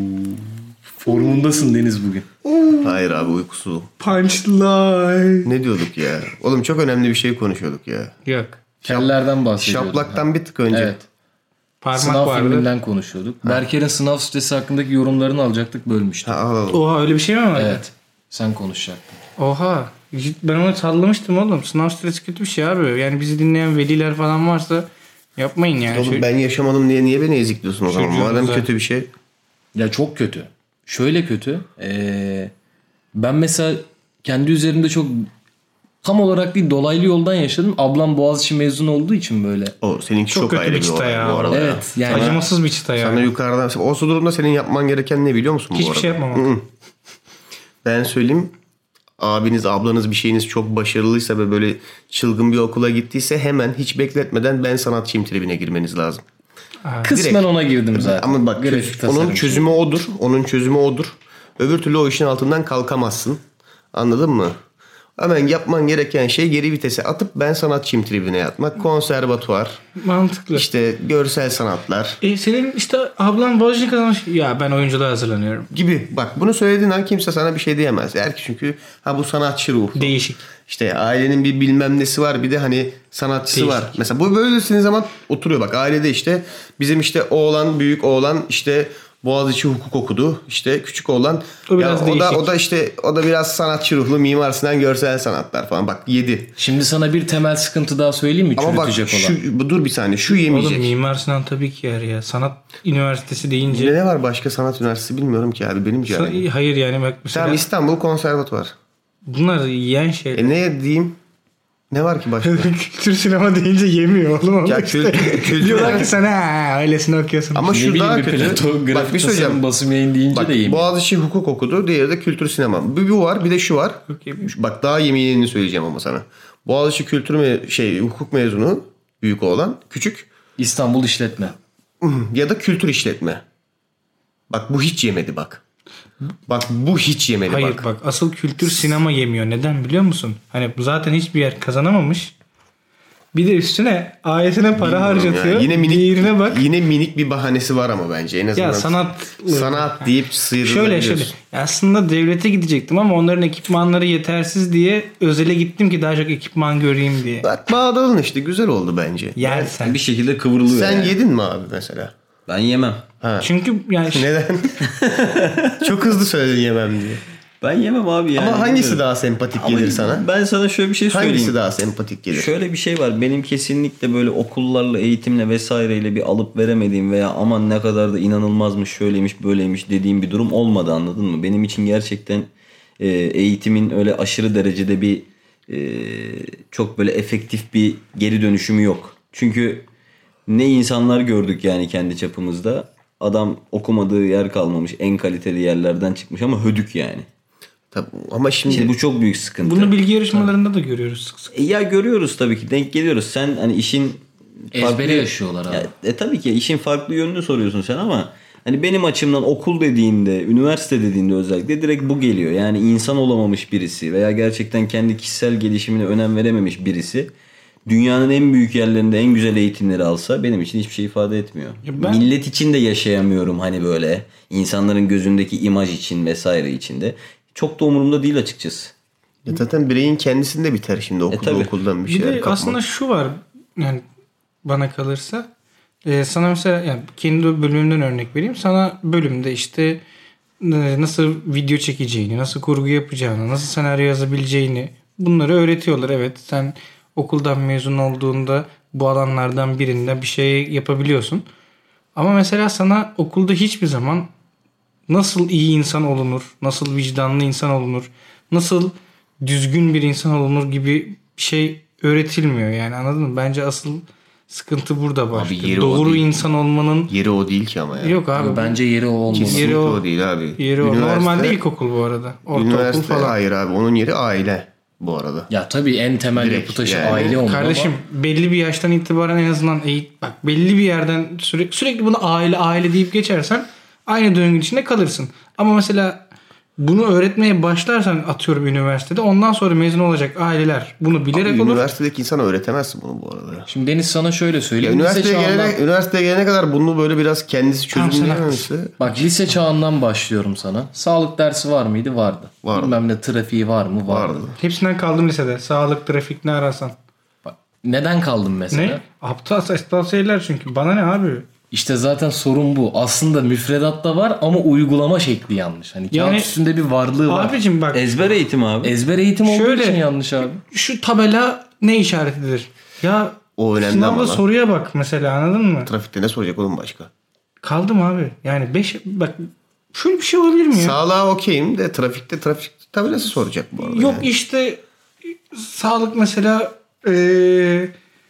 Formundasın Deniz bugün. Hayır abi uykusu. Punchline. Ne diyorduk ya? Oğlum çok önemli bir şey konuşuyorduk ya. Yok. Kellerden bahsediyorduk. Şaplaktan bir tık önce. Evet. Parmak Sınav vardı. filminden konuşuyorduk. Berker'in sınav stresi hakkındaki yorumlarını alacaktık, bölmüştük. Ha, alalım. Oha öyle bir şey mi var? Evet. Sen konuşacaktın. Oha. Ben onu sallamıştım oğlum. Sınav stresi kötü bir şey abi. Yani bizi dinleyen veliler falan varsa yapmayın yani. Oğlum Şu- ben yaşamadım diye niye beni ezikliyorsun o zaman? Çocuğunuza. Madem kötü bir şey. Ya çok kötü. Şöyle kötü. Ee, ben mesela kendi üzerimde çok tam olarak değil dolaylı yoldan yaşadım. Ablam Boğaziçi mezunu olduğu için böyle. O seninki Çok çok, kötü ayrı bir bir çıta olay ya. bu arada. Evet. Yani Acımasız bir çıta ya. Sana yukarıdan... O durumda senin yapman gereken ne biliyor musun bu Hiçbir arada? şey yapmamak. Hı hı. Ben söyleyeyim. Abiniz, ablanız bir şeyiniz çok başarılıysa ve böyle çılgın bir okula gittiyse hemen hiç bekletmeden ben sanatçıyım tribine girmeniz lazım. kısmen direkt. ona girdim zaten. Ama bak Grafik çöz- onun tasarım. çözümü odur. Onun çözümü odur. Öbür türlü o işin altından kalkamazsın. Anladın mı? Hemen yapman gereken şey geri vitese atıp ben sanatçıyım tribüne yatmak. Konservatuvar, Mantıklı. işte görsel sanatlar E senin işte ablan Boğaziçi kazanmış. Ya ben oyunculuğa hazırlanıyorum. gibi. Bak bunu söylediğin an kimse sana bir şey diyemez. Eğer ki çünkü ha bu sanatçı ruhu. Değişik. İşte ailenin bir bilmem nesi var bir de hani sanatçısı Değişik. var. Mesela bu böylesiniz zaman oturuyor bak ailede işte bizim işte oğlan büyük oğlan işte Boğaziçi hukuk okudu. İşte küçük oğlan O biraz ya o da değişik. o da işte o da biraz sanatçı ruhlu, Mimar Sinan görsel sanatlar falan. Bak yedi. Şimdi sana bir temel sıkıntı daha söyleyeyim mi? Ama bak Çürütecek olan. şu, bu- dur bir saniye şu Oğlum yemeyecek. Mimar Sinan tabii ki yer ya. Sanat üniversitesi deyince. Ne var başka sanat üniversitesi bilmiyorum ki abi benim Sa- canım. Hayır yani bak mesela Tamam İstanbul Konservatuvar. bunlar yiyen şeyler. E ne diyeyim? Ne var ki başka? Kültür sinema deyince yemiyor oğlum. Onu Ya işte. kültür- kültür- Diyorlar ki sana ha, öylesini okuyorsun. Ama Ne şu bileyim daha bir kötü. plato, Bak bir grafik şey söyleyeceğim. tasarım, basım yayın deyince Bak de yemiyor. Boğaziçi hukuk okudu. Diğeri de kültür sinema. Bu, bu var bir de şu var. Çok yemiş. Bak daha yeminini söyleyeceğim ama sana. Boğaziçi kültür me- şey hukuk mezunu büyük oğlan. Küçük İstanbul işletme. ya da kültür işletme. Bak bu hiç yemedi bak. Bak bu hiç yemedi Hayır bak. bak. asıl kültür sinema yemiyor. Neden biliyor musun? Hani bu zaten hiçbir yer kazanamamış. Bir de üstüne ailesine para Bilmiyorum harcatıyor. ya. Yine minik Diğerine bak. Yine minik bir bahanesi var ama bence en azından. Ya sanat sanat deyip sıyrılabiliyorsun. Şöyle şöyle. Ya aslında devlete gidecektim ama onların ekipmanları yetersiz diye özele gittim ki daha çok ekipman göreyim diye. Bak bağladın işte güzel oldu bence. Yersen. Bir şekilde kıvrılıyor Sen yani. yedin mi abi mesela? Ben yemem. Ha. Çünkü yani Neden? Çok hızlı söyledin yemem diye. Ben yemem abi yani. Ama hangisi bilmiyorum. daha sempatik Ama gelir sana? Ben sana şöyle bir şey söyleyeyim. Hangisi daha sempatik gelir? Şöyle bir şey var. Benim kesinlikle böyle okullarla, eğitimle vesaireyle bir alıp veremediğim veya aman ne kadar da inanılmazmış, şöyleymiş, böyleymiş dediğim bir durum olmadı, anladın mı? Benim için gerçekten e, eğitimin öyle aşırı derecede bir e, çok böyle efektif bir geri dönüşümü yok. Çünkü ne insanlar gördük yani kendi çapımızda. Adam okumadığı yer kalmamış. En kaliteli yerlerden çıkmış ama hödük yani. Tabii, ama şimdi, Şimdi bu çok büyük sıkıntı. bunu bilgi yarışmalarında da görüyoruz sık sık. E ya görüyoruz tabii ki, denk geliyoruz. Sen hani işin Ezbere yaşıyorlar abi. Ya, e tabii ki işin farklı yönünü soruyorsun sen ama hani benim açımdan okul dediğinde, üniversite dediğinde özellikle direkt bu geliyor. Yani insan olamamış birisi veya gerçekten kendi kişisel gelişimine önem verememiş birisi dünyanın en büyük yerlerinde en güzel eğitimleri alsa benim için hiçbir şey ifade etmiyor. Ya ben- Millet için de yaşayamıyorum hani böyle. İnsanların gözündeki imaj için vesaire için de. Çok da umurumda değil açıkçası. ya zaten bireyin kendisinde biter şimdi okulda tabii. okuldan bir Bir şeyler de kapmak. aslında şu var yani bana kalırsa e, sana mesela yani kendi bölümümden örnek vereyim. Sana bölümde işte e, nasıl video çekeceğini, nasıl kurgu yapacağını, nasıl senaryo yazabileceğini bunları öğretiyorlar. Evet sen okuldan mezun olduğunda bu alanlardan birinde bir şey yapabiliyorsun. Ama mesela sana okulda hiçbir zaman nasıl iyi insan olunur, nasıl vicdanlı insan olunur, nasıl düzgün bir insan olunur gibi bir şey öğretilmiyor yani, anladın mı? Bence asıl sıkıntı burada başlıyor. yeri o Doğru değil. insan olmanın Yeri o değil ki ama ya. yok abi. bu- Bence yeri o olmalı. Kesinlikle Yeri o- o, değil abi. Yeri o. Üniversite- Normalde ilkokul bu arada. Ortaokul Üniversite falan. hayır abi onun yeri aile bu arada. Ya tabii en temel Direkt yapı taşı yani. aile olmalı Kardeşim ama belli bir yaştan itibaren en azından eğit bak belli bir yerden sürekli sürekli bunu aile aile deyip geçersen aynı döngünün içinde kalırsın. Ama mesela bunu öğretmeye başlarsan atıyorum üniversitede ondan sonra mezun olacak aileler bunu bilerek Abi, olur. üniversitedeki insana öğretemezsin bunu bu arada ya. şimdi Deniz sana şöyle Ya söyleyeyim. üniversiteye, lise çağından, gelene, üniversiteye gelene kadar bunu böyle biraz kendisi Tamam, sen çözümleyememesi. bak lise çağından başlıyorum sana. Sağlık dersi var mıydı? Vardı. Vardı. Bilmem ne trafiği var mı? Vardı. Vardı. Hepsinden kaldım lisede. Sağlık, trafik ne ararsan. Bak, neden kaldın mesela? Ne? Aptal saçtal şeyler çünkü. Bana ne abi? İşte zaten sorun bu. Aslında müfredatta var ama uygulama şekli yanlış. Hani Yani- kağıt üstünde bir varlığı var. Abicim bak Ezber eğitim abi. Ezber eğitim olduğu Şöyle- için yanlış abi. şu tabela ne işaretidir? Ya O önemli sınavda ama lan. soruya bak mesela, anladın mı? Trafikte ne soracak oğlum başka? Kaldım abi. Yani beş bak şöyle bir şey olabilir mi ya? Sağlığa okeyim de trafikte trafik tabelası soracak bu arada. Yok yani. işte sağlık mesela eee,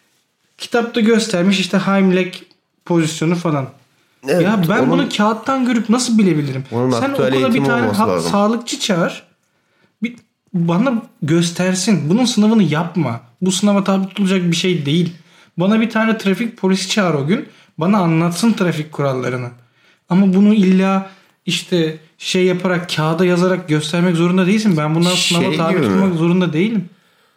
kitapta göstermiş işte Heimlich pozisyonu falan. Evet, ya ben onun- bunu kağıttan görüp nasıl bilebilirim? Onun Sen aktüel okula bir eğitimi tane olması ha- lazım. sağlıkçı çağır. Bir, bana göstersin. Bunun sınavını yapma. Bu sınava tabi tutulacak bir şey değil. Bana bir tane trafik polisi çağır o gün. Bana anlatsın trafik kurallarını. Ama bunu illa işte şey yaparak kağıda yazarak göstermek zorunda değilsin. Ben bundan sınava Şey tabi gibi mi? tutulmak zorunda değilim.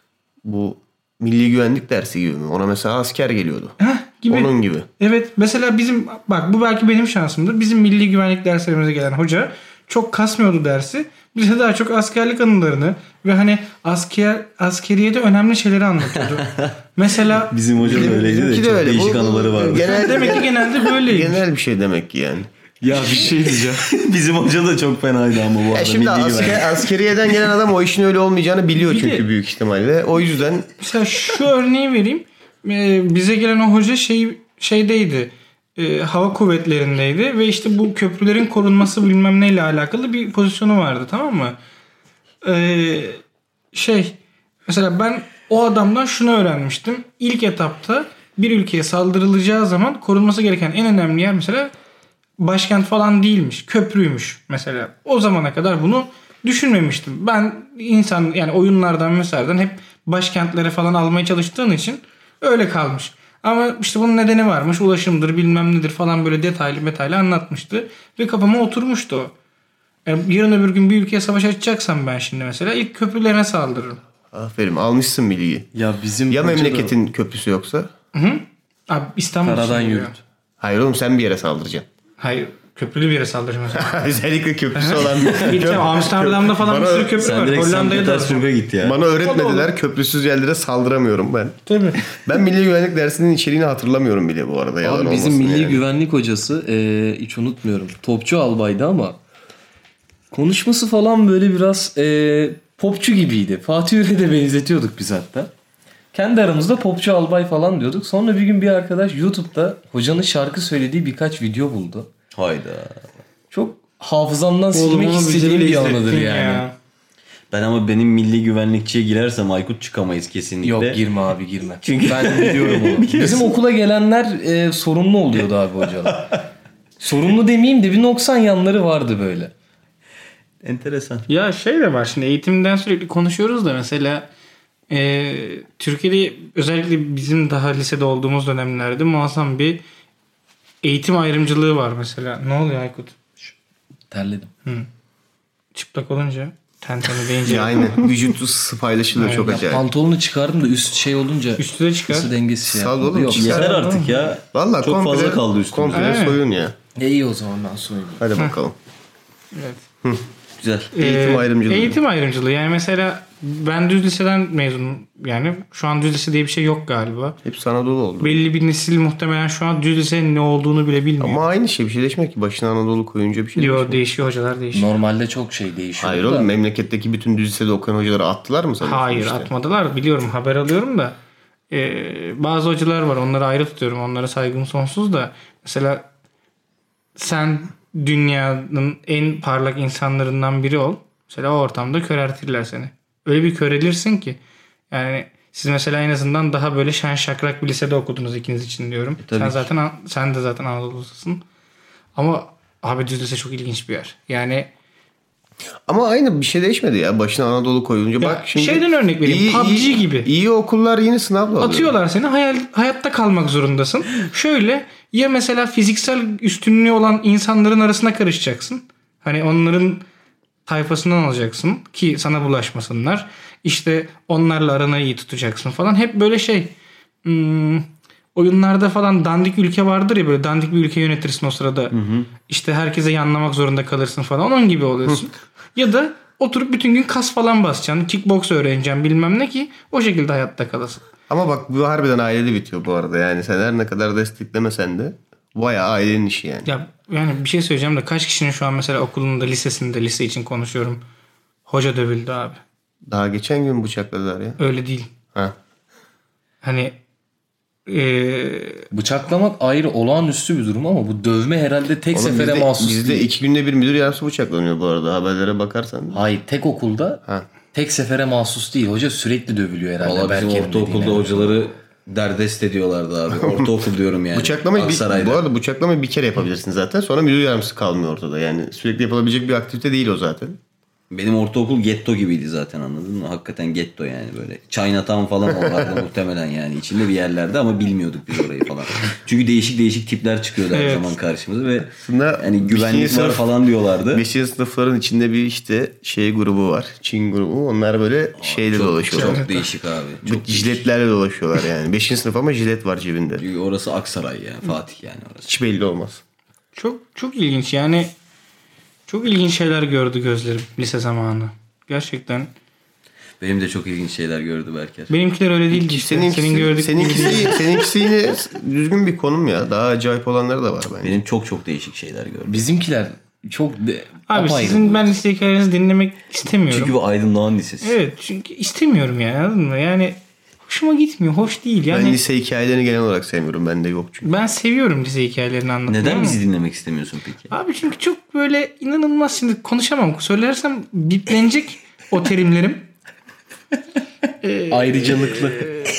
Bu milli güvenlik dersi gibi mi? Ona mesela asker geliyordu. Heh, gibi. Onun gibi. Evet mesela bizim bak bu belki benim şansımdır. Bizim milli güvenlik derslerimize gelen hoca çok kasmıyordu dersi. Bize daha çok askerlik anılarını ve hani asker askeriyede önemli şeyleri anlatıyordu. Mesela Bizim hocam öyleydi de Bizimki çok de öyle. değişik Bu- bu- anıları vardı. Genel, demek ki genelde böyleymiş. genel bir şey demek ki yani. Ya bir şey diyeceğim. Bizim hoca da çok fenaydı ama bu arada. Ya şimdi milli asker, güvenlik. askeriyeden gelen adam o işin öyle olmayacağını biliyor Bir de- çünkü büyük ihtimalle. O yüzden Mesela şu örneği vereyim. Ee, bize gelen o hoca şey şeydeydi. Ee, hava kuvvetlerindeydi ve işte bu köprülerin korunması bilmem neyle alakalı bir pozisyonu vardı, tamam mı? Ee, şey mesela ben o adamdan şunu öğrenmiştim. İlk etapta bir ülkeye saldırılacağı zaman korunması gereken en önemli yer mesela başkent falan değilmiş. Köprüymüş mesela. O zamana kadar bunu düşünmemiştim. Ben insan yani oyunlardan vesaireden hep başkentlere falan almaya çalıştığın için öyle kalmış. Ama işte bunun nedeni varmış. Ulaşımdır bilmem nedir falan böyle detaylı detaylı anlatmıştı. Ve kafama oturmuştu o. Yani yarın öbür gün bir ülkeye savaş açacaksam ben şimdi mesela ilk köprülerine saldırırım. aferin almışsın bilgiyi. Ya bizim Ya hoca da memleketin köprüsü yoksa? Hı? Abi İstanbul karadan için diyor. yürüt. Hayır oğlum sen bir yere saldıracaksın. Hayır. Köprülü bir yere saldıracağım mesela. Özellikle köprüsü olan bir Gideceğim Amsterdam'da falan bir Bana- sürü köprü Sen var. direkt Sankt Hollanda'ya da alacağım. Petersburg'a git ya. Bana öğretmediler köprüsüz yerlere saldıramıyorum ben. Tabii. Ben milli güvenlik dersinin içeriğini hatırlamıyorum bile bu arada. Yalan Abi bizim olmasın milli yani. güvenlik hocası e, hiç unutmuyorum. Topçu albaydı ama konuşması falan böyle biraz e, popçu gibiydi. Fatih Üre'de benzetiyorduk biz hatta. Kendi aramızda popçu albay falan diyorduk. Sonra bir gün bir arkadaş YouTube'da hocanın şarkı söylediği birkaç video buldu. Hayda. Çok hafızamdan silmek Oğlum onu istediğim bize bir anıdır izlettin yani. ya. Ben ama benim milli güvenlikçiye girersem Aykut çıkamayız kesinlikle. Yok girme abi girme. Çünkü- ben biliyorum onu. Bizim okula gelenler e, sorunlu oluyordu abi hocalar. Sorunlu demeyeyim de bir noksan yanları vardı böyle. Enteresan. Ya şey de var şimdi eğitimden sürekli konuşuyoruz da mesela e, Türkiye'de özellikle bizim daha lisede olduğumuz dönemlerde muazzam bir eğitim ayrımcılığı var mesela. Ne oluyor Aykut? Terledim. Çıplak olunca ten teni deyince Ya aynen. Vücut ısı paylaşılıyor çok Ya acayip. pantolonu çıkardım da üst şey olunca üstü de çıkar. ısı dengesi şey Sağ yapmadı. olun, Yok. çıkar. Yeter artık ya. Vallahi çok komple, fazla kaldı üstümüzde. Komple Aynen. soyun ya. E iyi o zaman ben soyayım. Hadi bakalım. Evet. Güzel. Eğitim Ee, ayrımcılığı. Eğitim ayrımcılığı. Yani mesela ben düz liseden mezunum. Yani şu an düz lise diye bir şey yok galiba. Hepsi Anadolu oldu. Belli bir nesil muhtemelen şu an düz lisenin ne olduğunu bile bilmiyor. Ama aynı şey bir şey değişmiyor ki. Başına Anadolu koyunca bir şey Diyor değişmiyor. değişiyor hocalar değişiyor. Normalde çok şey değişiyor. Hayır da. oğlum memleketteki bütün düz lisede okuyan hocaları attılar mı sanıyorsun Hayır işte? atmadılar. Biliyorum haber alıyorum da. Ee, bazı hocalar var. Onları ayrı tutuyorum. Onlara saygım sonsuz da. Mesela sen dünyanın en parlak insanlarından biri ol. Mesela o ortamda köreltirler seni. Öyle bir körelirsin ki. Yani siz mesela en azından daha böyle şen şakrak bir lisede okudunuz ikiniz için diyorum. tabii sen ki. zaten sen de zaten Anadolu'lusun. Ama abi düz lise çok ilginç bir yer. Yani Ama aynı bir şey değişmedi ya. Başına Anadolu koyunca Ya bak şimdi. şeyden örnek vereyim. P U B G gibi. İyi okullar yine sınavla alıyor. atıyorlar seni. Hayal, hayatta kalmak zorundasın. Şöyle ya mesela fiziksel üstünlüğü olan insanların arasına karışacaksın. Hani onların tayfasından alacaksın ki sana bulaşmasınlar. İşte onlarla aranı iyi tutacaksın falan. Hep böyle şey hmm, oyunlarda falan dandik ülke vardır ya böyle dandik bir ülke yönetirsin o sırada. Hı hı. İşte herkese yanlamak zorunda kalırsın falan. Onun gibi oluyorsun. Ya da oturup bütün gün kas falan basacaksın. Kickbox öğreneceksin bilmem ne ki o şekilde hayatta kalasın. Ama bak bu harbiden ailede bitiyor bu arada. Yani sen her ne kadar desteklemesen de bayağı ailenin işi yani. Ya yani bir şey söyleyeceğim de kaç kişinin şu an mesela okulunda lisesinde lise için konuşuyorum. Hoca dövüldü abi. Daha geçen gün bıçakladılar ya. Öyle değil. Ha. Hani ee, Bıçaklamak ayrı olağanüstü bir durum ama bu dövme herhalde tek Oğlum sefere bizde, mahsus bizde değil. iki günde bir müdür yardımcısı bıçaklanıyor bu arada. Haberlere bakarsan. Hayır tek okulda Ha. tek sefere mahsus değil. Hoca sürekli dövülüyor herhalde. Valla bizim Berke'nin ortaokulda dediğine. hocaları derdest ediyorlardı abi. Ortaokul diyorum yani. Bıçaklamayı bir, Aksaray'da. bu arada bıçaklamayı bir kere yapabilirsin zaten. Sonra müdür yardımcısı kalmıyor ortada. Yani sürekli yapılabilecek bir aktivite değil o zaten. Benim ortaokul getto gibiydi zaten anladın mı? Hakikaten getto yani böyle. Chinatown falan oralarda muhtemelen yani. İçinde bir yerlerde ama bilmiyorduk biz orayı falan. Çünkü değişik değişik tipler çıkıyordu her Evet. zaman karşımıza ve Aslında yani güvenlik beşinci var sınıf- falan diyorlardı. beşinci sınıfların içinde bir işte şey grubu var. Çin grubu. Onlar böyle şeyle Çok, dolaşıyorlar. çok değişik abi. Çok Jiletlerle dolaşıyorlar yani. beşinci sınıf ama jilet var cebinde. Çünkü orası Aksaray ya. Fatih yani orası. Hiç belli olmaz. çok çok ilginç yani çok ilginç şeyler gördü gözlerim lise zamanı. Gerçekten. Benim de çok ilginç şeyler gördü Berker. Benimkiler öyle değil işte. Seninkisi, Senin gördük. seninkisi, seninkisi yine düzgün bir konum ya. Daha acayip olanları da var bence. Benim çok çok değişik şeyler gördüm. Bizimkiler çok de, Abi apayrı. sizin ben lise hikayenizi dinlemek istemiyorum. Çünkü bu Aydın Doğan Lisesi. Evet çünkü istemiyorum yani anladın mı? Yani hoşuma gitmiyor. Hoş değil. Yani Ben lise hikayelerini genel olarak sevmiyorum. Bende yok çünkü. ben seviyorum lise hikayelerini anlatmayı. Neden ama- bizi dinlemek istemiyorsun peki? Abi çünkü çok böyle inanılmaz, şimdi konuşamam. Söylersem biplenecek o terimlerim. Ayrıcalıklı.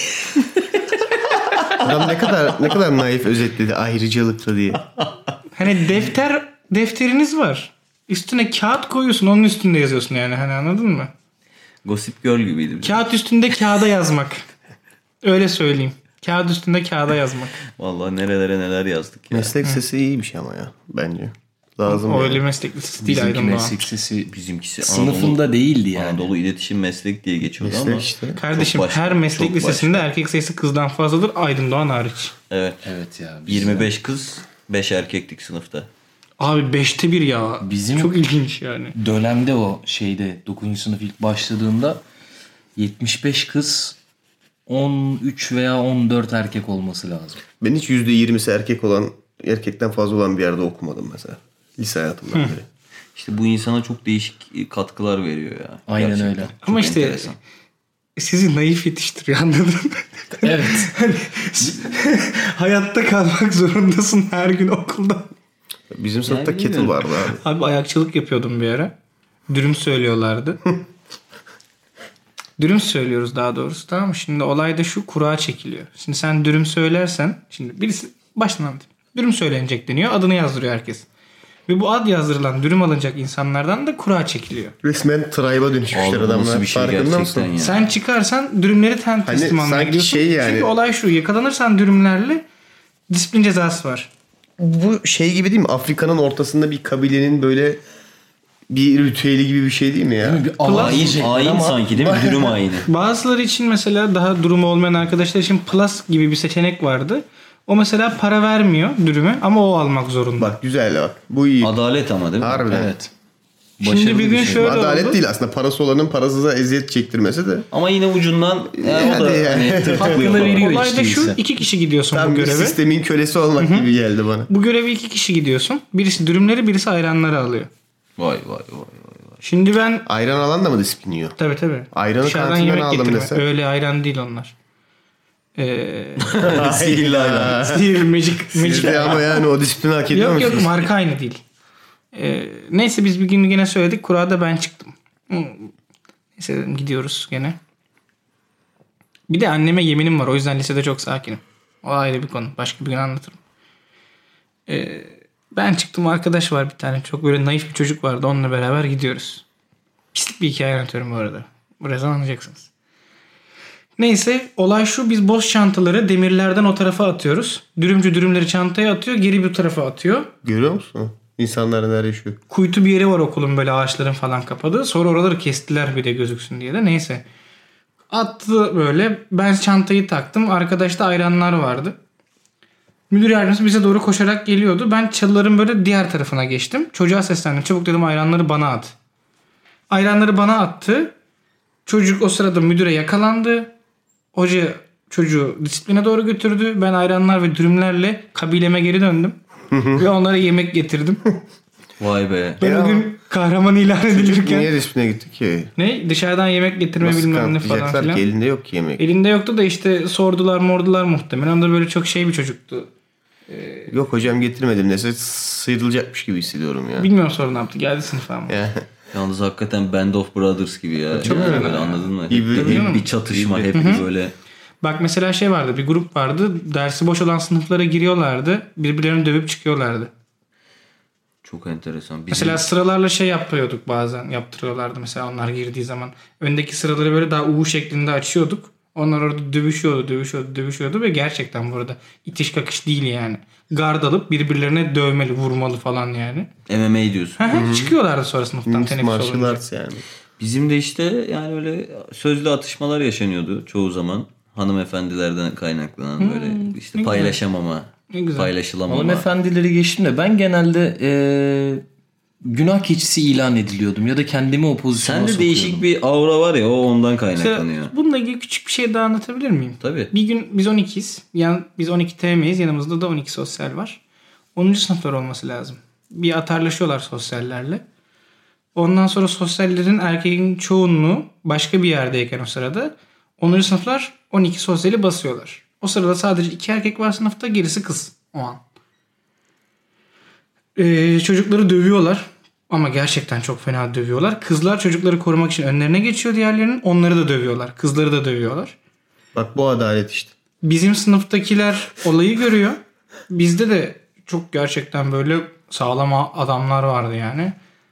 Adam ne kadar ne kadar naif özetledi ayrıcalıklı diye. Hani defter defteriniz var. Üstüne kağıt koyuyorsun, onun üstünde yazıyorsun yani, hani anladın mı? Gossip Girl gibiydi. bizim. Kağıt üstünde kağıda yazmak. Öyle söyleyeyim. Kağıt üstünde kağıda yazmak. Vallahi nerelere neler yazdık ya. Meslek sesi iyi bir şey ama ya bence. Lazım. O yani. öyle meslek lisesi değil Bizimki Aydın Doğan. meslek lisesi Bizimkisi sınıfında Anadolu, değildi yani. Anadolu İletişim Meslek diye geçiyordu Meslek ama. işte. Kardeşim Çok başka, her meslek çok lisesinde başka. erkek sayısı kızdan fazladır, Aydın Doğan hariç. Evet. Evet ya. biz yirmi de- beş kız, beş erkektik sınıfta. Abi beşte bir ya. Bizim- Çok ilginç yani. Dönemde o şeyde dokuzuncu sınıf ilk başladığında yetmiş beş kız on üç veya on dört erkek olması lazım. Ben hiç yüzde yirmisi erkek olan, erkekten fazla olan bir yerde okumadım mesela. Lise hayatımdan beri. İşte bu insana çok değişik katkılar veriyor ya. Aynen Gerçekten. öyle. Çok Ama işte enteresan. sizi naif yetiştiriyor, anladın mı? Evet. Hayatta kalmak zorundasın her gün okulda. Bizim sınıfta Yani kettle bilmiyorum. vardı abi. Abi ayakçılık yapıyordum bir ara. Dürüm söylüyorlardı. Dürüm söylüyoruz daha doğrusu, tamam mı? Şimdi olay da şu, kura çekiliyor. Şimdi sen dürüm söylersen, şimdi birisi baştan anlatayım. Dürüm söylenecek deniyor, adını yazdırıyor herkes. Ve bu ad yazdırılan dürüm alınacak insanlardan da kura çekiliyor. Resmen tribe'a dönüşmüşler Abi bu adamlar. nasıl bir şey Farkında gerçekten mısın? ya? Sen çıkarsan dürümleri ten Hani teslim almaya sanki gidiyorsun. şey yani- Çünkü olay şu, yakalanırsan dürümlerle disiplin cezası var. Bu şey gibi değil mi? Afrika'nın ortasında bir kabilenin böyle bir ritüeli gibi bir şey değil mi ya? Bir Plus- alay yiyecekler Ayin ama sanki değil mi? Dürüm ayini. Bazıları için mesela daha durumu olmayan arkadaşlar için plus gibi bir seçenek vardı. O mesela para vermiyor dürüme ama o almak zorunda. Bak güzel bak. Bu iyi. Adalet ama değil mi? Harbiden. evet. Şimdi Başarılı bir gün bir şey. şöyle Adalet oldu. değil aslında. Parası olanın parasıza eziyet çektirmesi de. Ama yine ucundan yani o Hadi da yani. hani tırtıklıyor Hakkını falan. veriyor. Olay da hiç şu, değilse. iki kişi gidiyorsun Tam bu bir göreve. sistemin kölesi olmak gibi geldi bana. Bu görevi iki kişi gidiyorsun. Birisi dürümleri, birisi ayranları alıyor. Vay vay vay vay. Şimdi ben Ayran alan da mı disiplin yiyor? tabii tabii. Ayranı Dışarıdan kantinden yemek aldım getirme. desem. Öyle ayran değil onlar. Ee, Sihirli ayran. değil, magic, magic Sizde ama yani o disiplini hak ediyor Yok yok, musunuz? marka aynı değil. Ee, neyse biz bir gün yine söyledik. Kurada ben çıktım. Hmm. Neyse dedim, gidiyoruz gene. Bir de anneme yeminim var. O yüzden lisede çok sakinim. O ayrı bir konu. Başka bir gün anlatırım. Ee, ben çıktım, arkadaş var bir tane. Çok böyle naif bir çocuk vardı. Onunla beraber gidiyoruz. Pislik bir hikaye anlatıyorum bu arada. Birazdan anlayacaksınız. Neyse olay şu, biz boş çantaları demirlerden o tarafa atıyoruz. Dürümcü dürümleri çantaya atıyor, geri bir tarafa atıyor. Görüyor musun? İnsanlar neler yaşıyor. Kuytu bir yeri var okulun, böyle ağaçların falan kapadığı. Sonra oraları kestiler bir de gözüksün diye de. Neyse. Attı böyle. Ben çantayı taktım. Arkadaşta ayranlar vardı. Müdür yardımcısı bize doğru koşarak geliyordu. Ben çalıların böyle diğer tarafına geçtim. Çocuğa seslendim. Çabuk dedim, ayranları bana at. Ayranları bana attı. Çocuk o sırada müdüre yakalandı. Hoca çocuğu disipline doğru götürdü. Ben ayranlar ve dürümlerle kabileme geri döndüm. Ve onlara yemek getirdim. Vay be. Ben Ya. o gün kahraman ilan edilirken Niye disipline gittik ki? ne dışarıdan yemek getirme Nasıl bilmem ne falan kanıtlayacaklar filan. ki? Elinde yok ki yemek. Elinde yoktu da işte sordular mordular muhtemelen. O da böyle çok şey bir çocuktu. Yok hocam getirmedim dese sıyrılacakmış gibi hissediyorum ya. Bilmiyorum sonra ne yaptı. Geldi sınıfa ama. Yani. Yalnız hakikaten Band of Brothers gibi ya. Çok Yani öyle. böyle anladın mı? Hep, İyi bir- hep bir çatışma, hep bir böyle. Bak mesela şey vardı, bir grup vardı. Dersi boş olan sınıflara giriyorlardı. Birbirlerini dövüp çıkıyorlardı. Çok enteresan. Bizim, Mesela sıralarla şey yapıyorduk bazen. Yaptırıyorlardı mesela onlar girdiği zaman. Öndeki sıraları böyle daha U şeklinde açıyorduk. Onlar orada dövüşüyordu, dövüşüyordu, dövüşüyordu ve gerçekten bu arada itiş kakış değil yani. Gard alıp birbirlerine dövmeli, vurmalı falan yani. M M A diyorsun. Çıkıyorlardı sonra sınıftan Mixed teneffüs martial olunca. arts yani. Bizim de işte yani öyle sözlü atışmalar yaşanıyordu çoğu zaman. Hanımefendilerden kaynaklanan böyle işte ne paylaşamama, Ne güzel. paylaşılamama. Hanımefendileri geçtim de ben genelde eee, günah keçisi ilan ediliyordum ya da kendimi o pozisyona Sende sokuyordum. değişik bir aura var ya, o ondan kaynaklanıyor. Mesela bununla ilgili küçük bir şey daha anlatabilir miyim? Tabii. Bir gün biz on ikiyiz. Yani biz on iki T M'yiz. Yanımızda da on iki sosyal var. onuncu sınıflar olması lazım. Bir atarlaşıyorlar sosyallerle. Ondan sonra sosyallerin erkeğin çoğunluğu başka bir yerdeyken o sırada onuncu sınıflar on iki sosyali basıyorlar. O sırada sadece iki erkek var sınıfta, gerisi kız o an. Ee, çocukları dövüyorlar. Ama gerçekten çok fena dövüyorlar. Kızlar çocukları korumak için önlerine geçiyor diğerlerinin. Onları da dövüyorlar. Kızları da dövüyorlar. Bak bu adalet işte. Bizim sınıftakiler olayı görüyor. Bizde de çok gerçekten böyle sağlam adamlar vardı yani.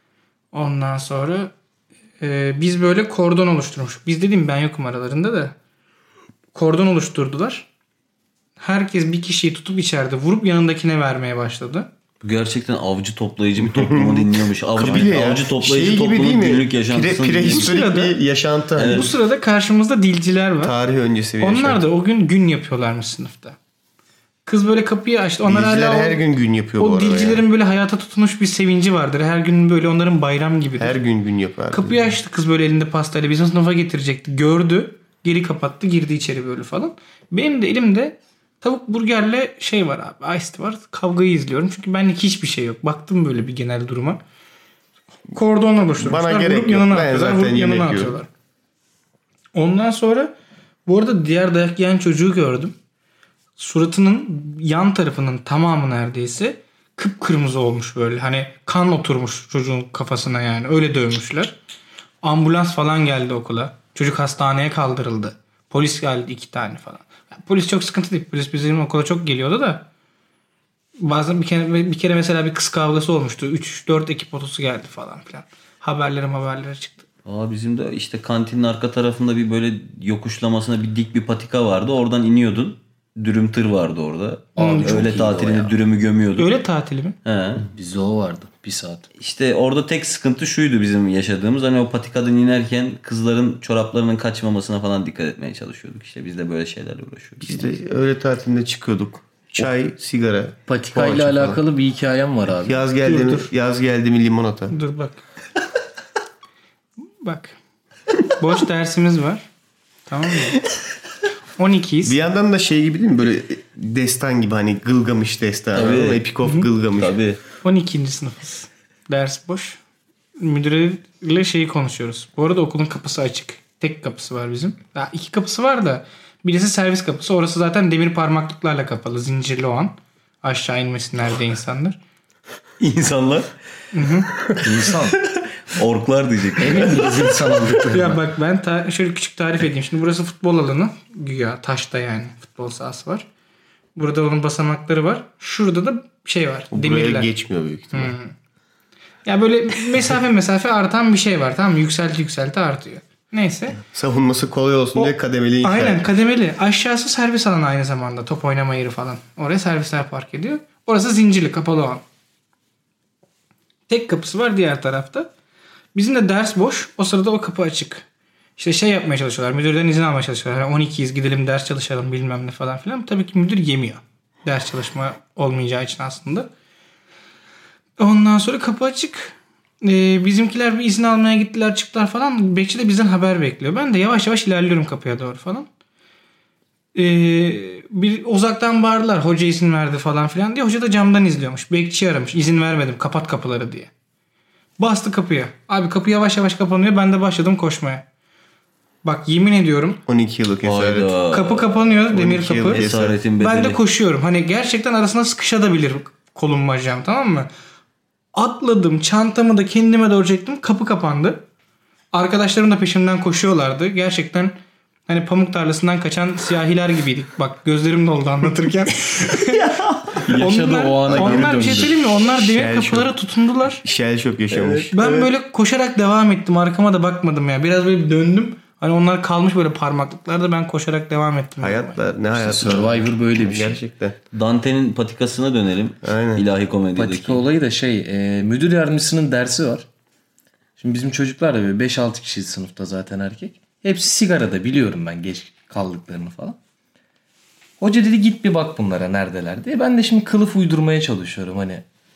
Ondan sonra e, biz böyle kordon oluşturmuş. Biz dedim, ben yokum aralarında da. Kordon oluşturdular. Herkes bir kişiyi tutup içeride vurup yanındakine vermeye başladı. Bu gerçekten avcı toplayıcı bir toplumu dinliyormuş. Avcı, Kabile ya. avcı toplayıcı Şey gibi değil toplumun mi? günlük Pre, yaşantısını prehistorik dinliyormuş. bir yaşantı. Hani Bu sırada karşımızda dilciler var. tarih öncesi bir Onlar yaşantı. da o gün gün yapıyorlarmış sınıfta. Kız böyle kapıyı açtı. Onlar Dilciler hala o, her gün gün yapıyor bu o arada. dilcilerin yani. böyle hayata tutunmuş bir sevinci vardır. Her gün böyle onların bayram gibidir. Her gün gün yapar. Kapıyı açtı kız böyle elinde pastayla. Bizim sınıfa getirecekti. Gördü. Geri kapattı. Girdi içeri böyle falan. Benim de elimde tavuk burgerle şey var abi. Ice var. Kavgayı izliyorum. Çünkü benlik hiçbir şey yok. Baktım böyle bir genel duruma. Kordon oluşturmuşlar. Bana gerek vurup yok. yanına Ben atıyorlar. zaten Vurup yanına yemek yiyorum. atıyorlar. Ondan sonra bu arada diğer dayak yiyen çocuğu gördüm. Suratının yan tarafının tamamı neredeyse kıpkırmızı olmuş böyle. Hani kan oturmuş çocuğun kafasına yani. Öyle dövmüşler. Ambulans falan geldi okula. Çocuk hastaneye kaldırıldı. Polis geldi iki tane falan. Yani polis çok sıkıntı değil. Polis bizim okula çok geliyordu da. Bazen bir kere, bir kere mesela bir kız kavgası olmuştu. üç dört ekip otosu geldi falan filan. Haberlerim haberlere çıktı. Aa, bizim de işte kantinin arka tarafında bir böyle yokuşlamasına bir dik bir patika vardı. Oradan iniyordun. Dürüm tır vardı orada. Abi çok Öğle iyi o tatilinde ya. dürümü gömüyorduk. Öyle tatili mi? He. Bizde o vardı. Bir saat. İşte orada tek sıkıntı şuydu bizim yaşadığımız. Hani o patikadan inerken kızların çoraplarının kaçmamasına falan dikkat etmeye çalışıyorduk. İşte biz de böyle şeylerle uğraşıyorduk. Biz de öğle tatilinde çıkıyorduk. Çay, sigara. Patika ile poğaça falan. alakalı bir hikayem var abi. Yaz geldi mi, Dur, yaz geldi mi limonata. Dur bak. Bak. Boş dersimiz var. Tamam mı? on ikiyiz. Bir yandan da şey gibi değil mi? Böyle destan gibi, hani Gılgamış destanı. Tabii. Epic of Gılgamış. Tabii. on ikinci sınıfız. Ders boş. Müdüreyle şeyi konuşuyoruz. Bu arada okulun kapısı açık. Tek kapısı var bizim. Ya iki kapısı var da birisi servis kapısı. Orası zaten demir parmaklıklarla kapalı. Zincirli o an. Aşağı inmesinler diye insanlar. İnsanlar İnsan. orklar diyecek. Emin miyiz insan olduklarına? Ya bak ben ta- şöyle küçük tarif edeyim. Şimdi burası futbol alanı. Güya taşta yani futbol sahası var. Burada onun basamakları var. Şurada da şey var. O buraya Demirler. geçmiyor büyük ihtimal. Ya böyle mesafe mesafe artan bir şey var. Tamam mı? Yükselti yükselti artıyor. Neyse. Savunması kolay olsun O- diye kademeli inşa. Aynen kademeli. Aşağısı servis alanı aynı zamanda. Top oynama yeri falan. Oraya servisler park ediyor. Orası zincirli kapalı alan. Tek kapısı var diğer tarafta. Bizim de ders boş. O sırada o kapı açık. İşte şey yapmaya çalışıyorlar. Müdürden izin almaya çalışıyorlar. Yani on ikiyiz gidelim ders çalışalım bilmem ne falan filan. Tabii ki müdür yemiyor. Ders çalışma olmayacağı için aslında. Ondan sonra kapı açık. Ee, bizimkiler bir izin almaya gittiler çıktılar falan. Bekçi de bizden haber bekliyor. Ben de yavaş yavaş ilerliyorum kapıya doğru falan. Ee, bir uzaktan bağırdılar. Hoca izin verdi falan filan diye. Hoca da camdan izliyormuş. Bekçi aramış. İzin vermedim. Kapat kapıları diye. Bastı kapıya. Abi kapı yavaş yavaş kapanıyor. Ben de başladım koşmaya. Bak yemin ediyorum. on iki yıllık esaret. Hayda. Kapı kapanıyor. Demir on iki yıl kapı. Esaretin bedeli. Ben de koşuyorum. Hani gerçekten arasına sıkışabilir kolum bacağım, tamam mı? Atladım. Çantamı da kendime doğru çektim. Kapı kapandı. Arkadaşlarım da peşimden koşuyorlardı. Gerçekten hani pamuk tarlasından kaçan siyahiler gibiydik. Bak gözlerim doldu anlatırken. Yaşadı onlar, o ana geri onlar bir döndü. şey söyleyeyim mi? Onlar demir Şel kapılara tutundular. Shell shock yaşamış. Ben böyle koşarak devam ettim. Arkama da bakmadım ya. Biraz böyle döndüm. Hani onlar kalmış böyle parmaklıklarda, ben koşarak devam ettim. Hayatlar ne hayat. Survivor böyle bir şey. Gerçekten. Dante'nin patikasına dönelim. Aynen. İlahi komedideki. Patika olayı da şey, e, müdür yardımcısının dersi var. Şimdi bizim çocuklar da böyle beş altı kişi sınıfta zaten erkek. Hepsi sigarada, biliyorum ben geç kaldıklarını falan. Hoca dedi git bir bak bunlara neredeler diye. Ben de şimdi kılıf uydurmaya çalışıyorum hani.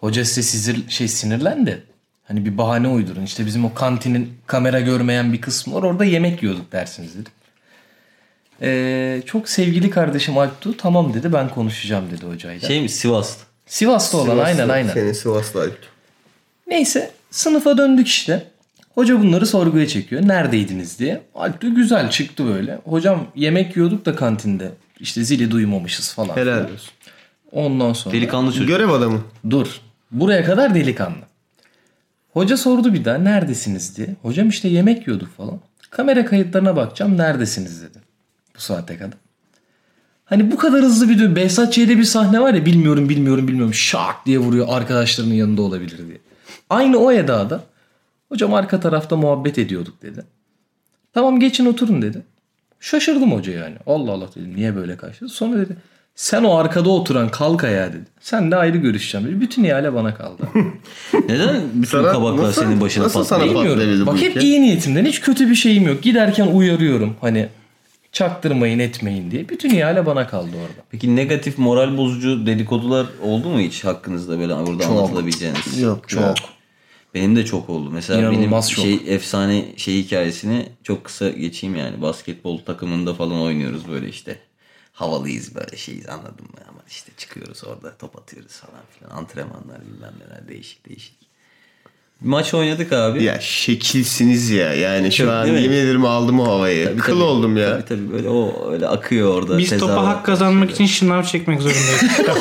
Hoca size sinir, şey sinirlendi. Hani bir bahane uydurun. İşte bizim o kantinin kamera görmeyen bir kısmı var. Orada yemek yiyorduk dersiniz dedim. Ee, çok sevgili kardeşim Alptu tamam dedi, ben konuşacağım dedi hocayla. Şey mi, Sivas'ta? Sivas'ta olan Sivaslı, aynen aynen. Senin Sivaslı Alp. Neyse sınıfa döndük işte. Hoca bunları sorguya çekiyor. Neredeydiniz diye. Alptu güzel çıktı böyle. Hocam yemek yiyorduk da kantinde. İşte zili duymamışız falan. Helal filan. olsun. Ondan sonra. Delikanlı çocuk. Görev adamı. Dur. Buraya kadar delikanlı. Hoca sordu bir daha neredesiniz diye. Hocam işte yemek yiyorduk falan. Kamera kayıtlarına bakacağım neredesiniz dedi. Bu saate kadar. Hani bu kadar hızlı bir dön. Behzat Ç'de bir sahne var ya, bilmiyorum bilmiyorum bilmiyorum şak diye vuruyor, arkadaşlarının yanında olabilir diye. Aynı o edada hocam arka tarafta muhabbet ediyorduk dedi. Tamam geçin oturun dedi. Şaşırdım hoca yani. Allah Allah dedim, niye böyle kaçtı? Sonra dedi sen o arkada oturan kalk ayağa dedi. Sen de ayrı görüşeceğim dedi. Bütün ihale bana kaldı. Neden bütün Sana- kabaklar nasıl- senin başına nasıl sana patlıyor? patladı Bilmiyorum. bu Bak hep ülke? iyi niyetimden, hiç kötü bir şeyim yok. Giderken uyarıyorum hani çaktırmayın etmeyin diye. Bütün ihale bana kaldı orada. Peki negatif moral bozucu dedikodular oldu mu hiç hakkınızda böyle burada Çok. anlatılabileceğiniz? Yok. Çok. ya. Benim de çok oldu. Mesela İnanılmaz benim çok. şey efsane şey hikayesini çok kısa geçeyim yani. Basketbol takımında falan oynuyoruz böyle işte. Havalıyız böyle şeyiz, anladın mı? Ama işte çıkıyoruz orada top atıyoruz falan filan. Antrenmanlar bilmem neler değişik değişik. Bir maç oynadık abi. Ya şekilsiniz ya. Yani şu Çok, an değil mi? yemin ederim aldım o havayı. Tabii, Kıl tabii. oldum ya. Tabii tabii böyle o öyle akıyor orada. Biz topa Tezahürat. hak kazanmak için şınav çekmek zorundayız.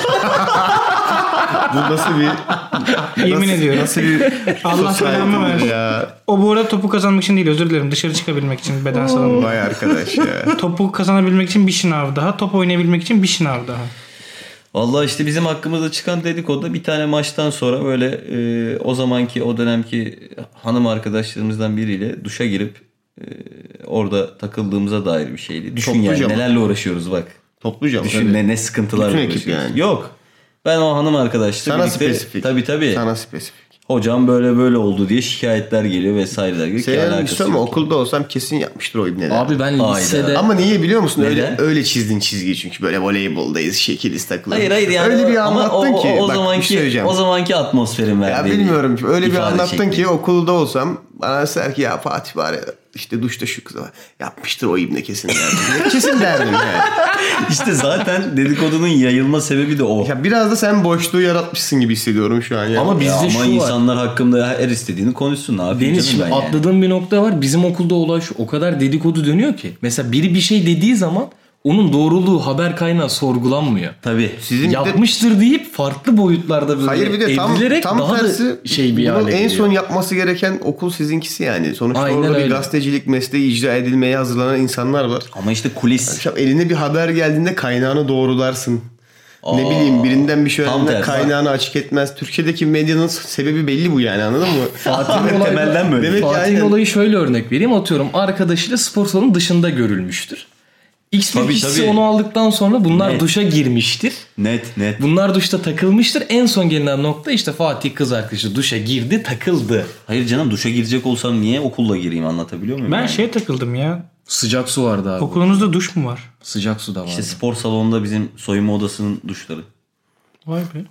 Bu nasıl bir... Yemin nasıl- ediyorum. Nasıl bir... Allah selamı society'dir versin. ya. O bu arada topu kazanmak için değil, özür dilerim. Dışarı çıkabilmek için beden salonunda. Vay arkadaş ya. Topu kazanabilmek için bir şınav daha. Top oynayabilmek için bir şınav daha. Vallahi işte bizim hakkımızda çıkan dedikodu bir tane maçtan sonra böyle e, o zamanki o dönemki hanım arkadaşlarımızdan biriyle duşa girip e, orada takıldığımıza dair bir şeydi. Düşün Topluca yani mı? nelerle uğraşıyoruz bak. Topluca mı? Düşün ne, ne sıkıntılarla Bütün ekip uğraşıyoruz. yani. Yok. Ben o hanım arkadaşla Sana birlikte spesifik. tabii tabii. Sana spesifik. Hocam böyle böyle oldu diye şikayetler geliyor vesaireler geliyor. Ki Senin alakası üstüne mi yok. okulda olsam kesin yapmıştır o ibneler. Abi ben Hayda. lisede... Ama niye biliyor musun? Öyle Neden? öyle çizdin çizgiyi çünkü böyle voleyboldayız, şekiliz takılıyoruz. Hayır hayır yani öyle bir ama anlattın o, ki. o, o bak, bir şey zamanki söyleyeceğim. o zamanki atmosferin Ya verdiği. bilmiyorum ki öyle bir ifade anlattın şekli. ki okulda olsam bana deseler ki ya Fatih bari işte duşta şu kıza yapmıştır o ibne kesin derdim. kesin derdim yani. İşte zaten dedikodunun yayılma sebebi de o. Ya biraz da sen boşluğu yaratmışsın gibi hissediyorum şu an. Yani. Ama Ya bizde ama şu var. insanlar hakkında her istediğini konuşsun abi. Deniz şimdi atladığım bir nokta var. Bizim okulda olay şu, o kadar dedikodu dönüyor ki. Mesela biri bir şey dediği zaman onun doğruluğu, haber kaynağı sorgulanmıyor. Tabii. Sizin bir de- Yapmıştır deyip farklı boyutlarda böyle Hayır bir de tam, evrilerek tam daha tersi da şey bir bunu hale en geliyor. son yapması gereken okul sizinkisi yani. Sonuçta Aynen orada bir öyle. gazetecilik mesleği icra edilmeye hazırlanan insanlar var. Ama işte kulis. Akşam eline bir haber geldiğinde kaynağını doğrularsın. ne Aa, bileyim birinden bir şey tam öğrendiğinde tersi. kaynağını açık etmez. Türkiye'deki medyanın sebebi belli bu yani, anladın mı? Fatih'in olayı, Temelden böyle. Demek ki Fatih'in aynen. olayı şöyle örnek vereyim. Atıyorum arkadaşıyla spor salonun dışında görülmüştür. X bir Tabii, kişisi tabii. onu aldıktan sonra bunlar Net. duşa girmiştir. Net net. Bunlar duşta takılmıştır. En son gelinen nokta işte Fatih kız arkadaşı duşa girdi, takıldı. Hayır canım, duşa girecek olsam niye okulla gireyim, anlatabiliyor muyum? Ben yani? şeye takıldım ya. Sıcak su vardı abi. Okulunuzda duş mu var? Sıcak su da vardı. İşte spor salonunda bizim soyunma odasının duşları. Vay be.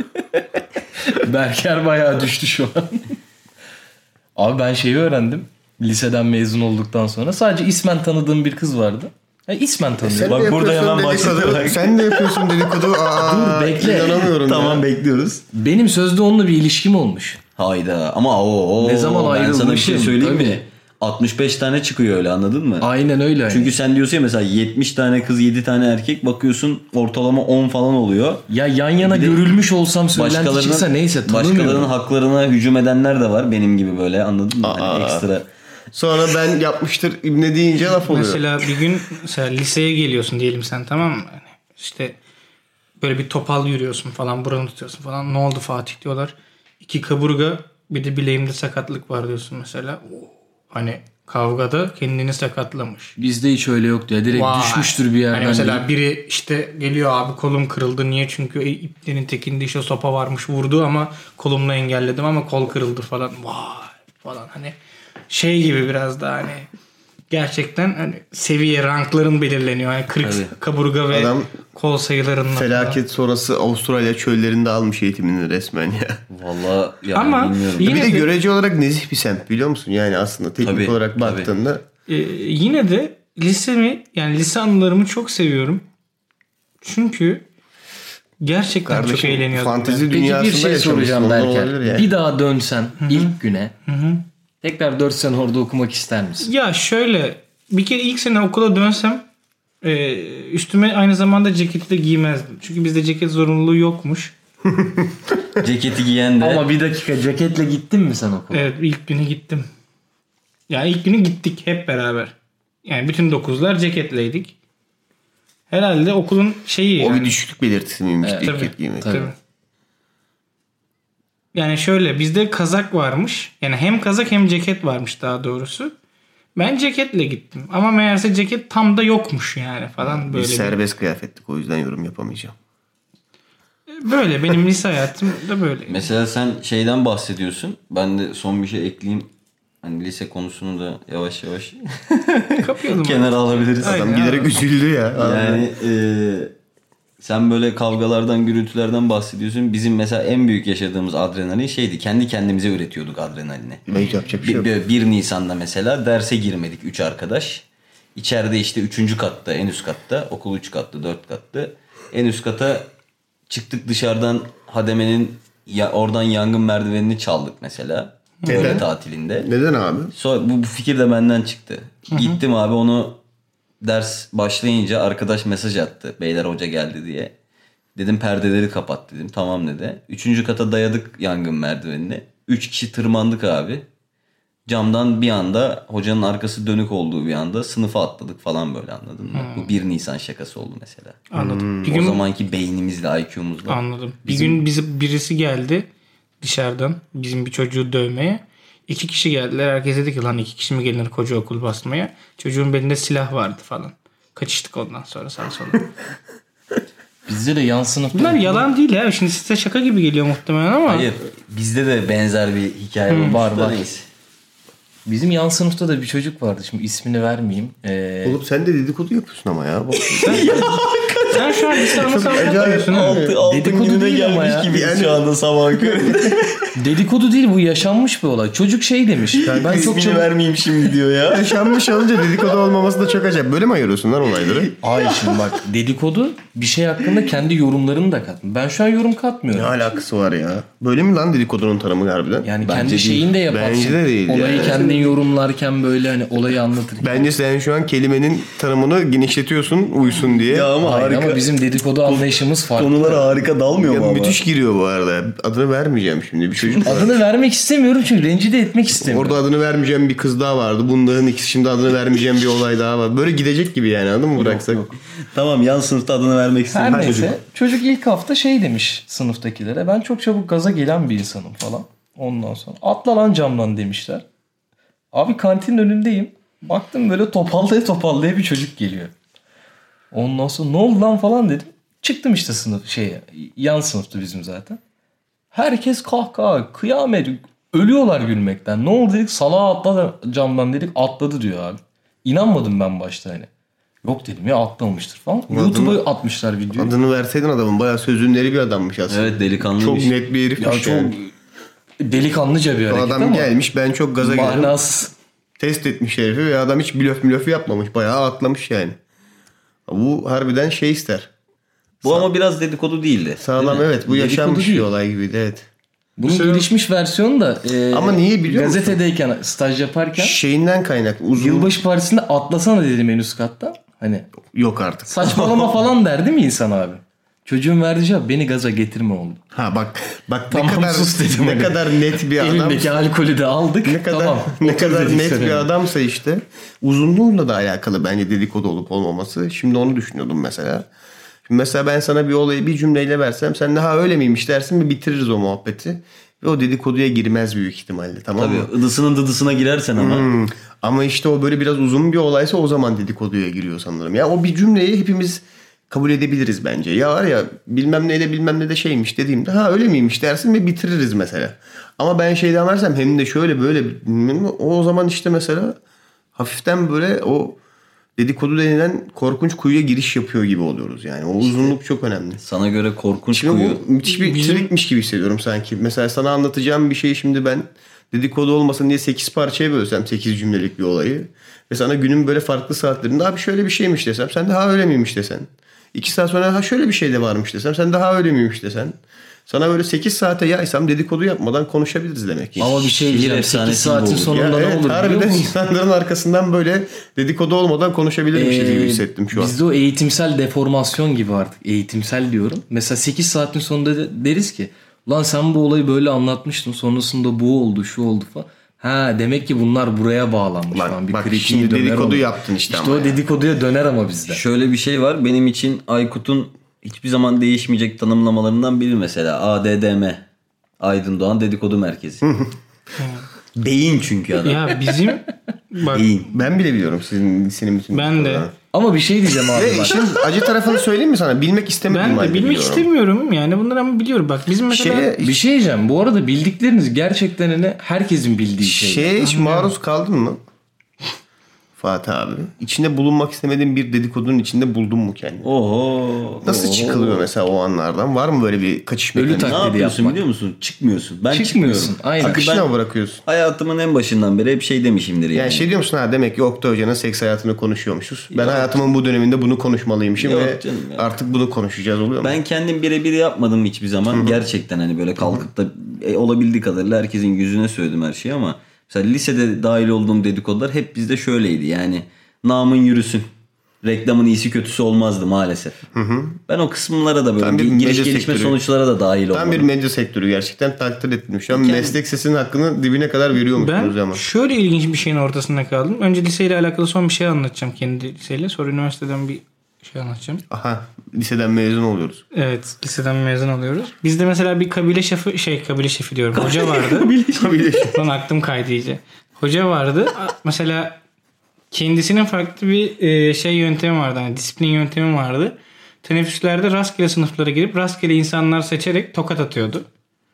Berker bayağı düştü şu an. Abi ben şeyi öğrendim. Liseden mezun olduktan sonra sadece ismen tanıdığım bir kız vardı. Ya ismen tanıyorum. Sen Bak de burada yapıyorsun hemen dedikodu. başladı. Sen de yapıyorsun dedikodu. Aa, Dur, bekle. İnanamıyorum Tamam ya. bekliyoruz. Benim sözde onunla bir ilişkim olmuş. Hayda ama o, o Ne zaman ben sana bir şey ayrılmışım, söyleyeyim tabii. mi? altmış beş tane çıkıyor öyle, anladın mı? Aynen öyle. Çünkü sen diyorsun ya mesela yetmiş tane kız yedi tane erkek, bakıyorsun ortalama on falan oluyor. ya yan yana Bir de görülmüş olsam söylenti çıksa neyse tanımıyorum. başkalarının haklarına hücum edenler de var benim gibi böyle, anladın mı? Hani Aa. ekstra. Sonra ben yapmıştır ibne deyince laf oluyor. Mesela bir gün mesela liseye geliyorsun diyelim sen, tamam mı? Yani işte böyle bir topal yürüyorsun falan, buranı tutuyorsun falan. Ne oldu Fatih diyorlar. İki kaburga bir de bileğimde sakatlık var diyorsun mesela. Hani kavgada kendini sakatlamış. Bizde hiç öyle yoktu ya. Direkt Vay. düşmüştür bir yerden. Hani mesela biri işte geliyor, abi kolum kırıldı. Niye? Çünkü iplerin tekinde işte sopa varmış, vurdu ama kolumla engelledim ama kol kırıldı falan. Vay falan, hani şey gibi biraz daha hani gerçekten hani seviye rankların belirleniyor. Yani kırk Tabii. kaburga ve Adam kol sayılarının. Felaket sonrası Avustralya çöllerinde almış eğitimini resmen ya. Vallahi yani Ama bilmiyorum. yine bir de de- görece olarak nezih bir semt biliyor musun? Yani aslında teknik Tabii, olarak tabii. baktığında Ee, yine de lisemi yani lise anılarımı çok seviyorum. Çünkü gerçekten çok kardeşim eğleniyordum. fantezi ben. Peki dünyasında bir şey yaşamışsın, soracağım ondan derken. olabilir yani. Bir daha dönsen ilk güne tekrar dört sene orada okumak ister misin? Ya şöyle bir kere ilk sene okula dönsem e, üstüme aynı zamanda ceketi de giymezdim. Çünkü bizde ceket zorunluluğu yokmuş. Ceketi giyen de Ama bir dakika ceketle gittin mi sen okula? Evet ilk günü gittim. Yani ilk günü gittik hep beraber. Yani bütün dokuzlar ceketleydik. Herhalde okulun şeyi O yani. bir düşüklük belirtisi miymiş Evet, ilk tabii. kez giymek? Tabii. Tabii. Yani şöyle bizde kazak varmış. Yani hem kazak hem ceket varmış daha doğrusu. Ben ceketle gittim. Ama meğerse ceket tam da yokmuş yani falan böyle. Biz bir- serbest kıyafettik o yüzden yorum yapamayacağım. Böyle benim lise hayatım da böyle. mesela sen şeyden bahsediyorsun. Ben de son bir şey ekleyeyim. Hani lise konusunu da yavaş yavaş Kapıyordum. kenara alabiliriz. Aynen. Adam giderek üzüldü ya. Yani e, sen böyle kavgalardan, gürültülerden bahsediyorsun. Bizim mesela en büyük yaşadığımız adrenalin şeydi. Kendi kendimize üretiyorduk adrenalini. Hiç yapacak bir şey Bir, yok. bir Nisan'da mesela derse girmedik üç arkadaş. İçeride işte üçüncü katta, en üst katta. Okul üç katlı, dört katlı. En üst kata çıktık, dışarıdan hademenin ya, oradan yangın merdivenini çaldık mesela. Böyle Neden? tatilinde. Neden abi? Sonra bu, bu fikir de benden çıktı. Gittim abi, onu ders başlayınca arkadaş mesaj attı. Beyler hoca geldi diye. Dedim perdeleri kapat dedim. Tamam dedi. Üçüncü kata dayadık yangın merdivenine. Üç kişi tırmandık abi. Camdan bir anda, hocanın arkası dönük olduğu bir anda sınıfa atladık falan, böyle anladın mı? Bu bir Nisan şakası oldu mesela. Anladım. Bir O gün zamanki beynimizle, I Q'muzla. anladım. Bir gün bizi birisi geldi dışarıdan bizim bir çocuğu dövmeye. İki kişi geldiler. Herkes dedi ki lan iki kişi mi gelinir koca okul basmaya? Çocuğun belinde silah vardı falan. Kaçıştık ondan sonra sağa sola. Bizde de yan sınıfta Bunlar yalan değil ya. Şimdi size şaka gibi geliyor muhtemelen ama. Hayır. Bizde de benzer bir hikaye olmuş Var, da var. neyse. bizim yan sınıfta da bir çocuk vardı. Şimdi ismini vermeyeyim. Ee, Oğlum sen de dedikodu yapıyorsun ama ya. Bak- Sen şu an lise anısı anlatıyorsun. ha? Altı, altın Dedikodu gününe değil ama gelmiş ya. gibi Yani- şu anda sabah köründe. dedikodu değil, bu yaşanmış bir olay. Çocuk şey demiş. ben çok İsmini çabuk... vermeyeyim şimdi diyor ya. Yaşanmış olunca dedikodu olmaması da çok acayip. Böyle mi ayırıyorsun lan olayları? Hayır şimdi bak, dedikodu bir şey hakkında kendi yorumlarını da kat. Ben şu an yorum katmıyorum. Ne alakası var ya? Böyle mi lan dedikodunun tanımı harbiden? Yani Bence kendi değil. şeyini de yaparsın. Bence de değil Olayı yani. kendin yorumlarken böyle hani olayı anlatırken. Bence sen şu an kelimenin tanımını genişletiyorsun uysun diye. Ya ama Hayır harika. ama bizim dedikodu anlayışımız farklı. Konulara harika dalmıyor Ya mu ama? müthiş giriyor bu arada. Adını vermeyeceğim şimdi. Bir çocuk var. Adını vermek istemiyorum çünkü rencide etmek istemiyorum. Orada adını vermeyeceğim bir kız daha vardı. Bunların ikisi şimdi adını vermeyeceğim bir olay daha var. Böyle gidecek gibi yani, anladın mı, bıraksak? Tamam, yan sınıfta adını vermek Her istedim. neyse Çocuk. çocuk ilk hafta şey demiş sınıftakilere. Ben çok çabuk gaza gelen bir insanım falan. Ondan sonra atla lan camdan demişler. Abi kantinin önündeyim. Baktım böyle topallaya topallaya bir çocuk geliyor. Ondan sonra ne oldu lan falan dedim. Çıktım işte sınıf şeye, yan sınıftı bizim zaten. Herkes kahkaha, kıyamet, ölüyorlar gülmekten. Ne oldu dedik, salağa atladı camdan dedik, atladı diyor abi. İnanmadım ben başta hani. Yok dedim ya, atlamamıştır falan. YouTube'a atmışlar videoyu. Adını verseydin adamın, bayağı sözünleri bir adammış aslında. Evet, delikanlıymış. Çok net bir herifmiş Ya çok yani. delikanlıca bir O hareket adam ama gelmiş, ben çok gaza geldim. manasız. Test etmiş herifi ve adam hiç blöf blöf yapmamış. Bayağı atlamış yani. Bu harbiden şey ister. Bu ama biraz dedikodu değildi. Sağlam, Değil mi? evet, bu Dedikodu yaşanmış değil. bir olay gibiydi, evet. Bunun gelişmiş versiyonu da e, Ama niye biliyor musun? gazetedeyken staj yaparken Şeyinden kaynaklı. Uzun... yılbaşı partisinde atlasana dedim en üst kattan. Hani Yok artık. saçmalama falan der değil mi insan abi? Çocuğun verdiği cevap beni gaza getirme oldu. Ha bak bak Tamam, ne kadar sus dedim ne hani. kadar net bir adam. Elindeki alkolü de aldık. Ne kadar tamam. ne Otur kadar dedik net sana. bir adamsa işte, uzunluğuyla da alakalı bence dedikodu olup olmaması. Şimdi onu düşünüyordum mesela. Şimdi mesela ben sana bir olayı bir cümleyle versem, sen de ha öyle miymiş dersin ve bitiririz o muhabbeti. Ve o dedikoduya girmez büyük ihtimalle, tamam mı? Tabii, ıdısının dıdısına girersen ama. Hmm. Ama işte o böyle biraz uzun bir olaysa o zaman dedikoduya giriyor sanırım. Ya o bir cümleyi hepimiz kabul edebiliriz bence. Ya var ya bilmem neyle bilmem ne de şeymiş dediğimde ha öyle miymiş dersin ve bitiririz mesela. Ama ben şeyden versem hem de şöyle böyle, o zaman işte mesela hafiften böyle o dedikodu denilen korkunç kuyuya giriş yapıyor gibi oluyoruz yani. O uzunluk çok önemli. Sana göre korkunç Şimdi kuyu. bu müthiş bir Bizim- trikmiş gibi hissediyorum sanki. Mesela sana anlatacağım bir şeyi şimdi ben dedikodu olmasın diye sekiz parçaya bölsem sekiz cümlelik bir olayı ve sana günün böyle farklı saatlerinde abi şöyle bir şeymiş desem sen de ha öyle miymiş desen. iki saat sonra ha şöyle bir şey de varmış desem sen de ha öyle miymiş desen. Sana böyle sekiz saate yaysam dedikodu yapmadan konuşabiliriz demek ki. Ama bir şey Şehir diyeceğim. efsanesi sekiz saatin gibi olur. sonunda Ya ne evet, olur biliyor harbiden musun? insanların arkasından böyle dedikodu olmadan konuşabilirmişiz Ee, gibi hissettim şu an. Bizde o eğitimsel deformasyon gibi artık. Eğitimsel diyorum. Mesela sekiz saatin sonunda de- deriz ki ulan sen bu olayı böyle anlatmıştın. Sonrasında bu oldu şu oldu falan. Ha demek ki bunlar buraya bağlanmış Bak- falan. Bir bak kritiği şimdi döner dedikodu ona. yaptın işte İşte ama o ya. dedikoduya döner ama bizde. Şöyle bir şey var. Benim için Aykut'un hiçbir zaman değişmeyecek tanımlamalarından biri mesela. A D D M. Aydın Doğan Dedikodu Merkezi. Beyin çünkü adam. Ya bizim bak Beyin. Ben bile biliyorum sizin lisenin bütün Ben de. dedikodularını. Ama bir şey diyeceğim abi Ve bak. işin acı tarafını söyleyeyim mi sana? Bilmek istemediğim ben de halde bilmek biliyorum. istemiyorum yani bunları ama biliyorum. Bak bizim mesela Şeye, Bir şey diyeceğim. Bu arada bildikleriniz gerçekten hani herkesin bildiği şey. şeye hiç maruz kaldın mı? Fatih abi. İçinde bulunmak istemediğin bir dedikodunun içinde buldun mu kendini? Oho. Nasıl oho. çıkılıyor mesela o anlardan? Var mı böyle bir kaçış Ölü mekanizması? Ne taklidi yapıyorsun yapmak. biliyor musun? Çıkmıyorsun. Ben Çıkmıyorsun. çıkmıyorum. Aynen. Çünkü Akışına ben mı bırakıyorsun? hayatımın en başından beri hep şey demişimdir yani. Yani şey diyor musun ha demek ki Oktay Hoca'nın seks hayatını konuşuyormuşuz. Ben hayatımın bu döneminde bunu konuşmalıymışım Yok ve canım ya. artık bunu konuşacağız oluyor mu? Ben kendim birebir yapmadım hiçbir zaman. Gerçekten hani böyle kalkıp da e, olabildiği kadarıyla herkesin yüzüne söyledim her şeyi ama mesela lisede dahil olduğum dedikodular hep bizde şöyleydi. Yani namın yürüsün. Reklamın iyisi kötüsü olmazdı maalesef. Ben o kısımlara da böyle Tam bir giriş medya gelişme sektörü. sonuçlara da dahil Tam olmadım. bir medya sektörü gerçekten takdir ettim. Şu an meslek sesinin hakkını dibine kadar veriyormuşsunuz ben ama. şöyle ilginç bir şeyin ortasında kaldım. Önce liseyle alakalı son bir şey anlatacağım kendi liseyle. Sonra üniversiteden bir şey anlatacağım. Aha liseden mezun oluyoruz. Evet liseden mezun oluyoruz. Bizde mesela bir kabile şefi şey kabile şefi diyorum. Hoca vardı. Tabii. Lan aklım kaydı iyice. Hoca vardı. A- Mesela kendisinin farklı bir e, şey yöntemi vardı. Hani disiplin yöntemi vardı. Teneffüslerde rastgele sınıflara girip rastgele insanlar seçerek tokat atıyordu.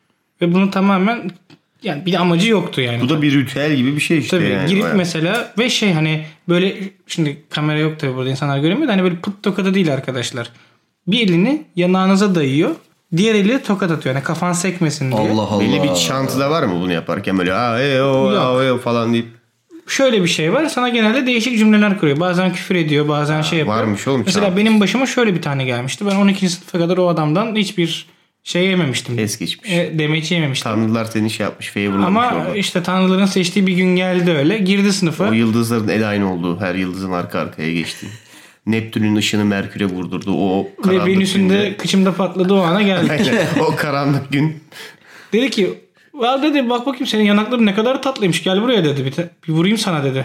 Ve bunu tamamen yani bir amacı yoktu yani. Bu da bir ritüel gibi bir şey işte. Tabii yani. girip Bayağı. mesela ve şey hani böyle şimdi kamera yok tabii burada insanlar göremiyor da hani böyle pıt tokadı değil arkadaşlar. Bir elini yanağınıza dayıyor. Diğer eli tokat atıyor. Yani kafan sekmesin diye. Allah Allah. Belli bir çantıda var mı bunu yaparken böyle ha e o Yok. ha e o falan deyip. Şöyle bir şey var. Sana genelde değişik cümleler kuruyor. Bazen küfür ediyor, bazen şey yapıyor. varmış oğlum, Mesela çağır. benim başıma şöyle bir tane gelmişti. Ben on ikinci sınıfa kadar o adamdan hiçbir şey yememiştim. Es geçmiş. E, demeç yememiştim. Tanrılar seni şey yapmış. Favor'lamış Ama orada. işte tanrıların seçtiği bir gün geldi öyle. Girdi sınıfa. O yıldızların el aynı olduğu, her yıldızın arka arkaya geçtiği. Neptün'ün ışını Merkür'e vurdurdu. O Ve karanlık Venüs'ün de günde. kıçımda patladı o ana geldi. Aynen, o karanlık gün. Dedi ki ya dedi bak bakayım senin yanakların ne kadar tatlıymış. Gel buraya dedi. Bir, te- bir vurayım sana dedi.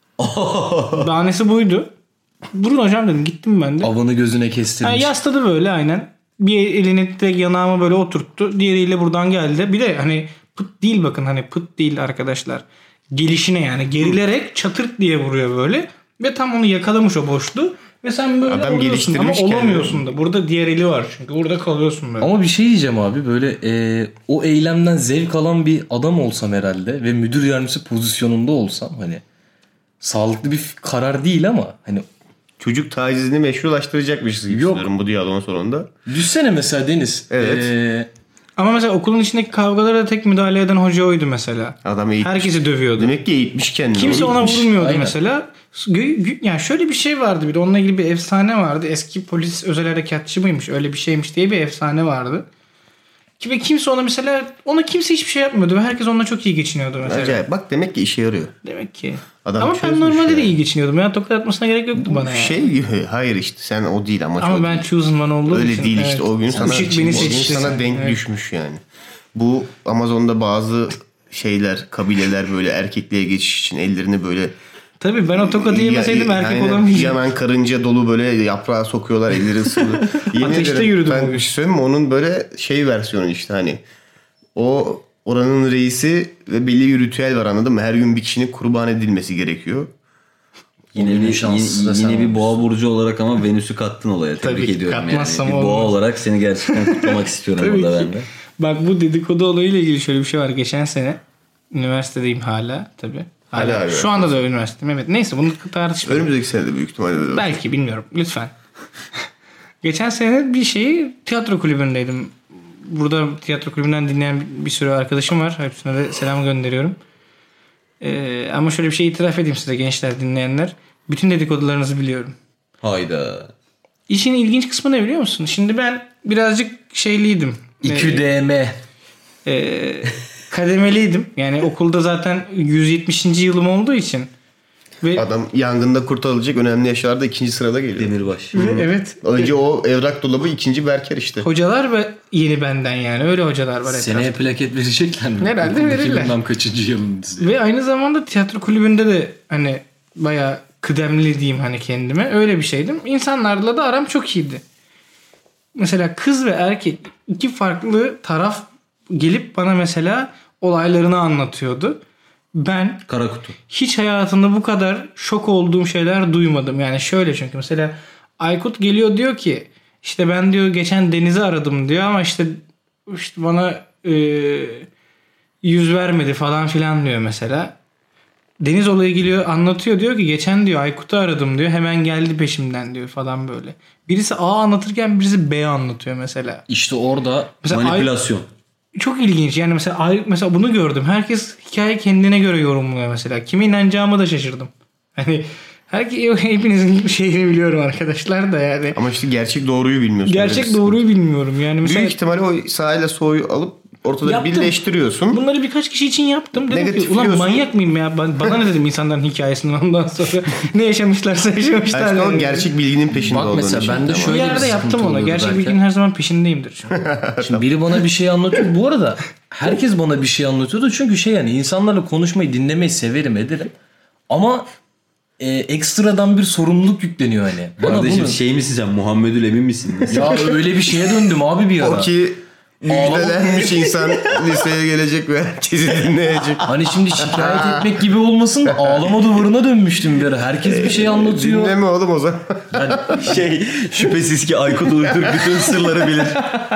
Bahanesi buydu. Vurun hocam dedim. Gittim ben de. Avını gözüne kestirmiş. Ha, yasladı böyle aynen. Bir elini direkt yanağıma böyle oturttu. Diğeriyle buradan geldi. Bir de hani pıt değil bakın hani pıt değil arkadaşlar. Gelişine yani gerilerek çatırt diye vuruyor böyle. Ve tam onu yakalamış o boşluğu. Ve sen böyle Adam oluyorsun ama geliştirmiş olamıyorsun da. Burada diğer eli var çünkü. Burada kalıyorsun böyle. Ama bir şey diyeceğim abi böyle e, o eylemden zevk alan bir adam olsam herhalde ve müdür yardımcısı pozisyonunda olsam hani sağlıklı bir karar değil ama hani Çocuk tacizini meşrulaştıracakmışız gibi Yok. düşünüyorum bu diyaloğun sonunda. düşsene mesela Deniz. Evet. e, Ama mesela okulun içindeki kavgalara da tek müdahale eden hoca oydu mesela. Adam eğitmiş. Herkesi dövüyordu. Demek ki eğitmiş kendini. Kimse ona Eğitmiş. vurmuyordu Aynen. mesela. Gö- gö- yani şöyle bir şey vardı bir de onunla ilgili bir efsane vardı. Eski polis özel harekatçı mıymış öyle bir şeymiş diye bir efsane vardı. Ki ve kimse ona mesela ona kimse hiçbir şey yapmıyordu ve herkes onunla çok iyi geçiniyordu mesela. Acayip. Bak demek ki işe yarıyor. Demek ki. Adam ama ben çözmüş normalde yani. de iyi geçiniyordum. Ya tokat atmasına gerek yoktu bana yani. Şey gibi. Hayır işte sen o değil ama. Ama ben chosen one olduğum Öyle için. değil evet. işte o gün sana, Işık beni o gün seçti. sana denk Evet. düşmüş yani. Bu Amazon'da bazı şeyler, kabileler böyle erkekliğe geçiş için ellerini böyle Tabii ben o tokadı yemeseydim Ya- erkek aynen, olamayacaktım. Yanan karınca dolu böyle yaprağa sokuyorlar elleri ısılı. Yemin Ateşte ederim, yürüdüm ben o gün. bir şey söyleyeyim mi? Onun böyle şey versiyonu işte hani o oranın reisi ve belli bir ritüel var anladın mı? Her gün bir kişinin kurban edilmesi gerekiyor. Yine günün bir, şanssız yine, da sen yine bir olmuşsun. boğa burcu olarak ama Venüs'ü kattın olaya. Tebrik Tabii, ediyorum yani. katmazsam Bir boğa olmaz. olarak seni gerçekten kutlamak istiyorum Tabii burada ki. ben de. Bak bu dedikodu olayıyla ilgili şöyle bir şey var. Geçen sene üniversitedeyim hala tabii. Hala. Hala Şu anda da üniversiteyim. Evet. Neyse bunu tartışmayalım. Önümüzdeki sene de büyük ihtimalle de. Belki bilmiyorum. Lütfen. Geçen sene bir şeyi tiyatro kulübündeydim. Burada tiyatro kulübünden dinleyen bir sürü arkadaşım var. Hepsine de selam gönderiyorum. Ee, ama şöyle bir şey itiraf edeyim size gençler, dinleyenler. Bütün dedikodularınızı biliyorum. Hayda. İşin ilginç kısmı ne biliyor musun? Şimdi ben birazcık şeyliydim. İki D M. Ee, kademeliydim. Yani okulda zaten yüz yetmişinci yılım olduğu için. Ve, Adam yangında kurtarılacak önemli yaşlarda ikinci sırada geliyor. Demirbaş. ve evet. Önce o evrak dolabı, ikinci Berker işte. Hocalar ve yeni benden yani. Öyle hocalar var Seneye etrafta. plaket verecekler mi? Herhalde Okuldaki verirler. bilmem kaçıncı yılın dizi. Ve aynı zamanda tiyatro kulübünde de hani bayağı kıdemli diyeyim hani kendime. Öyle bir şeydim. İnsanlarla da aram çok iyiydi. Mesela kız ve erkek iki farklı taraf gelip bana mesela olaylarını anlatıyordu. Ben Kara kutu. hiç hayatımda bu kadar şok olduğum şeyler duymadım. Yani şöyle, çünkü mesela Aykut geliyor diyor ki işte ben diyor geçen Deniz'i aradım diyor ama işte, işte bana e, yüz vermedi falan filan diyor mesela. Deniz olayı geliyor anlatıyor, diyor ki geçen diyor Aykut'u aradım diyor, hemen geldi peşimden diyor falan böyle. Birisi A anlatırken birisi B anlatıyor mesela. İşte orada Mesela Manipülasyon. Ay- çok ilginç yani, mesela Ay- mesela bunu gördüm. Herkes hikaye kendine göre yorumluyor mesela. Kime inanacağımı da şaşırdım. Hani herkes, hepinizin şeyini biliyorum arkadaşlar da yani. Ama işte gerçek doğruyu bilmiyorsun. Gerçek Öyle bir doğruyu bilmiyorum yani. Mesela Büyük ihtimalle o sahile soğuyu alıp ortada Yaptım. birleştiriyorsun. bunları birkaç kişi için yaptım. Dedim ki Negatifliyorsun. ulan manyak mıyım ya? Ben- Bana ne dedim insanların hikayesinden ondan sonra. Ne yaşamışlarsa yaşamışlar. Yani işte o yani. gerçek bilginin peşinde Bak olduğunu mesela için. ben de Ama şöyle Bir bir yerde sıkıntı yaptım onu. oluyordu Gerçek belki. bilginin her zaman peşindeyimdir. Çünkü. Şimdi biri bana bir şey anlatıyor. Bu arada herkes bana bir şey anlatıyordu. Çünkü şey yani insanlarla konuşmayı, dinlemeyi severim, ederim. Ama e, ekstradan bir sorumluluk yükleniyor hani. Bana Kardeşim bunu... şey misin sen? Muhammedül Emin misin? Ya öyle bir şeye döndüm abi bir ara. o ki müjdelenmiş insan liseye gelecek ve herkesi dinleyecek. Hani şimdi şikayet etmek gibi olmasın da ağlama duvarına dönmüştüm bir ara. Herkes bir şey anlatıyor. Dinleme oğlum o zaman. şey şüphesiz ki Aykut Uytur bütün sırları bilir.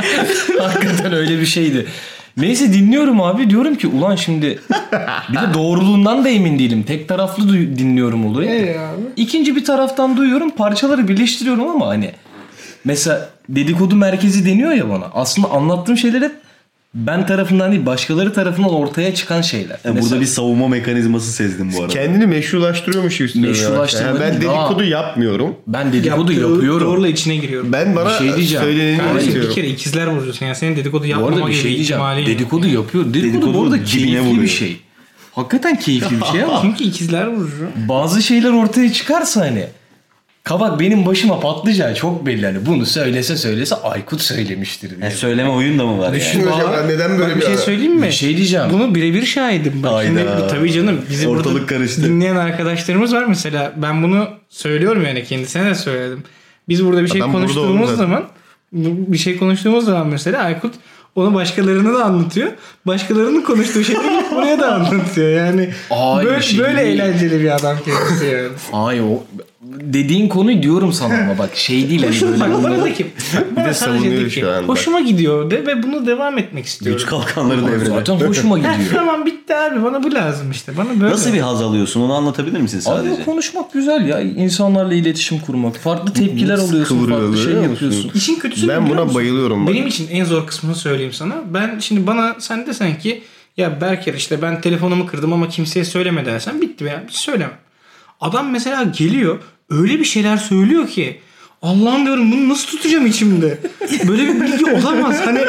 Hakikaten öyle bir şeydi. Neyse dinliyorum abi, diyorum ki ulan şimdi bir de doğruluğundan da emin değilim. Tek taraflı duy- dinliyorum olayı. Ee abi? İkinci bir taraftan duyuyorum, parçaları birleştiriyorum ama hani mesela dedikodu merkezi deniyor ya bana. Aslında anlattığım şeyler hep ben tarafından değil başkaları tarafından ortaya çıkan şeyler. Yani Mesela- burada bir savunma mekanizması sezdim bu arada. Kendini meşrulaştırıyormuş gibi hissediyorum. Meşrulaştırma Yani ben değil, dedikodu daha- yapmıyorum. ben dedikodu Yaptığı yapıyorum. Doğrula içine giriyorum. Ben bana Bir şey diyeceğim. söyleneni Kardeşim, bir istiyorum. kere ikizler burcusun. Yani senin dedikodu Bu yapmama arada bir gibi şey diyeceğim. ihtimalin yok. Dedikodu yapıyor. Dedikodu, Dedikodu bu arada dibine keyifli vuruyor. bir şey. Hakikaten keyifli bir şey ama Çünkü ikizler burcu. bazı şeyler ortaya çıkarsa hani kabak benim başıma patlayacağı çok belli. Hani bunu söylese söylese Aykut söylemiştir diye. Yani söyleme oyun da mı var yani? Düşünün hocam, ben neden böyle Bak bir şey ara- söyleyeyim mi? Bir şey diyeceğim. Bunu birebir şahidim. Bak Hayda. şimdi tabii canım bizi Ortalık burada karıştı. dinleyen arkadaşlarımız var mesela. Ben bunu söylüyorum yani, kendisine de söyledim. Biz burada bir şey Adam burada konuştuğumuz oldu zaten. zaman bir şey konuştuğumuz zaman mesela Aykut onu başkalarına da anlatıyor. Başkalarının konuştuğu şeyleri buraya da anlatıyor. Yani Ay, böyle, bir şey böyle değil. eğlenceli bir adam kendisi yani. Ay o dediğin konuyu diyorum sana ama bak şey değil hani Hoşuma, böyle bak bana bunları- de ki, bana de sadece savunuyor de ki, şu anda. hoşuma gidiyor de ve bunu devam etmek istiyorum. Güç kalkanları devrede. zaten hoşuma Heh, gidiyor. tamam bitti abi, bana bu lazım işte. Bana böyle. Nasıl bir haz alıyorsun onu anlatabilir misin Abi sadece? konuşmak güzel ya. İnsanlarla iletişim kurmak. Farklı tepkiler alıyorsun. kıvırıyor, Farklı şey görüyor musun? yapıyorsun. İşin kötüsü Ben biliyor buna musun? bayılıyorum bak. Benim için en zor kısmını söyleyeyim sana. Ben şimdi bana sen desen ki ya Berker işte ben telefonumu kırdım ama kimseye söyleme dersen bitti veya hiç söyleme. Adam mesela geliyor öyle bir şeyler söylüyor ki Allah'ım diyorum bunu nasıl tutacağım içimde? Böyle bir bilgi olamaz. Hani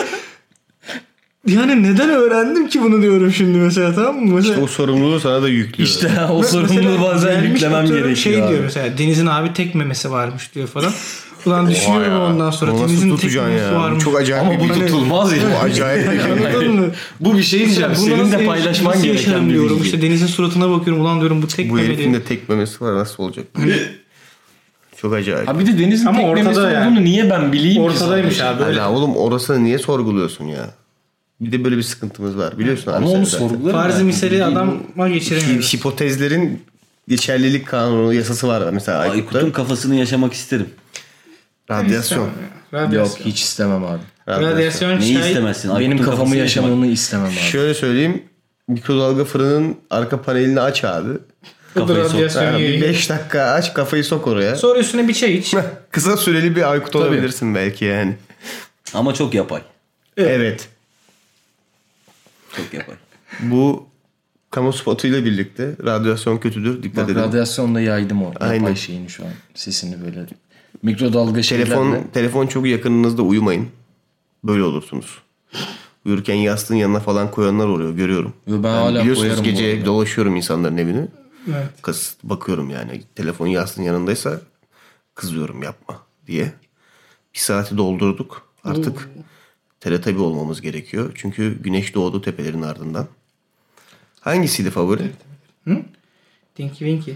yani neden öğrendim ki bunu diyorum şimdi mesela, tamam mı? Mesela, O sorumluluğu sana da yüklüyor. İşte o Mesela sorumluluğu bazen gelmiş yüklemem atıyorum gerekiyor. Şey abi. diyor mesela Deniz'in abi tek memesi varmış diyor falan. Ulan düşünüyorum ya. ondan sonra Onu nasıl Deniz'in tek tutacaksın memesi ya? varmış. Çok acayip Ama bir bu bilgi. tutulmaz ya. Bu acayip bir bilgi. Anladın mı? Bu bir şey diyeceğim. Bunu Senin nasıl- de paylaşman nasıl gereken yaşarım bir diyorum. bilgi. İşte Deniz'in suratına bakıyorum. Ulan diyorum bu tek Bu herifin memeli. de tek memesi var, nasıl olacak? Çok acayip. Ha bir de Deniz'in Ama tek ortada memesi yani. olduğunu niye ben bileyim ki Ortadaymış sadece? abi. Hala oğlum orasını niye sorguluyorsun ya? Bir de böyle bir sıkıntımız var biliyorsun. Ama abi onu sen zaten. sorgularım. Farz-ı ben. misali adama geçiremiyoruz. Hipotezlerin geçerlilik kanunu yasası var mesela Aykut'ta. Aykut'un kafasını yaşamak isterim. Radyasyon. Yok Radyasyon. hiç istemem abi. Radyasyon Neyi çay. istemezsin? Benim Aykut'un kafamı kafasını yaşamak. yaşamını istemem abi. Şöyle söyleyeyim. mikrodalga fırının arka panelini aç abi. Kafayı sok. Radyasyon Ha, bir yayıyor. beş dakika aç, kafayı sok oraya. Sonra üstüne bir çay iç. Kısa süreli bir Aykut olabilirsin belki yani. Ama çok yapay. Evet. Çok yapay. Bu kamu spotuyla birlikte radyasyon kötüdür. Dikkat Bak edin. radyasyonla yaydım o Aynen. yapay şeyini şu an. Sesini böyle mikrodalga şeylerle. Telefon telefon çok yakınınızda uyumayın. Böyle olursunuz. Uyurken yastığın yanına falan koyanlar oluyor, görüyorum. Yo, ben hala biliyorsunuz koyarım bu gece arada. dolaşıyorum insanların evini. Evet. Kız bakıyorum yani telefon yastığın yanındaysa kızıyorum yapma diye. Bir saati doldurduk. Artık teletabi olmamız gerekiyor. Çünkü güneş doğdu tepelerin ardından. Hangisiydi favori? Tinky Winky.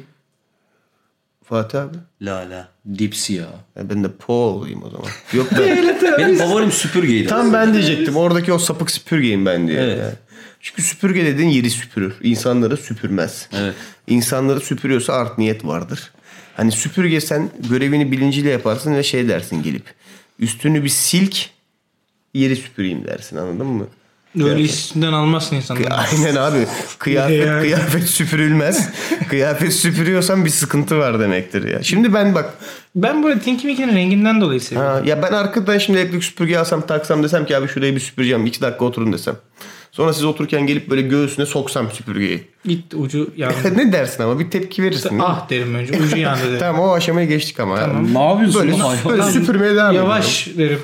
Fatih abi. La la. Dipsi ya. Ya ben de Paul olayım o zaman. Yok ben. Benim favorim süpürgeydi. Tam ben diyecektim. Oradaki o sapık süpürgeyim ben diye. Evet. Yani. Çünkü süpürge dediğin yeri süpürür. İnsanları süpürmez. Evet. İnsanları süpürüyorsa art niyet vardır. Hani süpürge sen görevini bilinciyle yaparsın ve şey dersin gelip. Üstünü bir silk, yeri süpüreyim dersin, anladın mı? Öyle üstünden almazsın insanları. Aynen abi. Kıyafet Yani. kıyafet süpürülmez. Kıyafet süpürüyorsan bir sıkıntı var demektir ya. Şimdi ben bak. Ben böyle Tinky Winky'nin renginden dolayı seviyorum. Ha, ya ben arkadan şimdi elektrik süpürge alsam taksam desem ki abi şurayı bir süpüreceğim. iki dakika oturun desem. Sonra siz otururken gelip böyle göğsüne soksam süpürgeyi. Git ucu yandı. Ne dersin ama bir tepki verirsin. değil mi? Ah derim önce. Ucu yandı derim. Tamam o aşamaya geçtik ama. Tamam. Ne yapıyorsun Böyle, oğlum? böyle Tamam. süpürmeye devam ediyorum. Yavaş derim.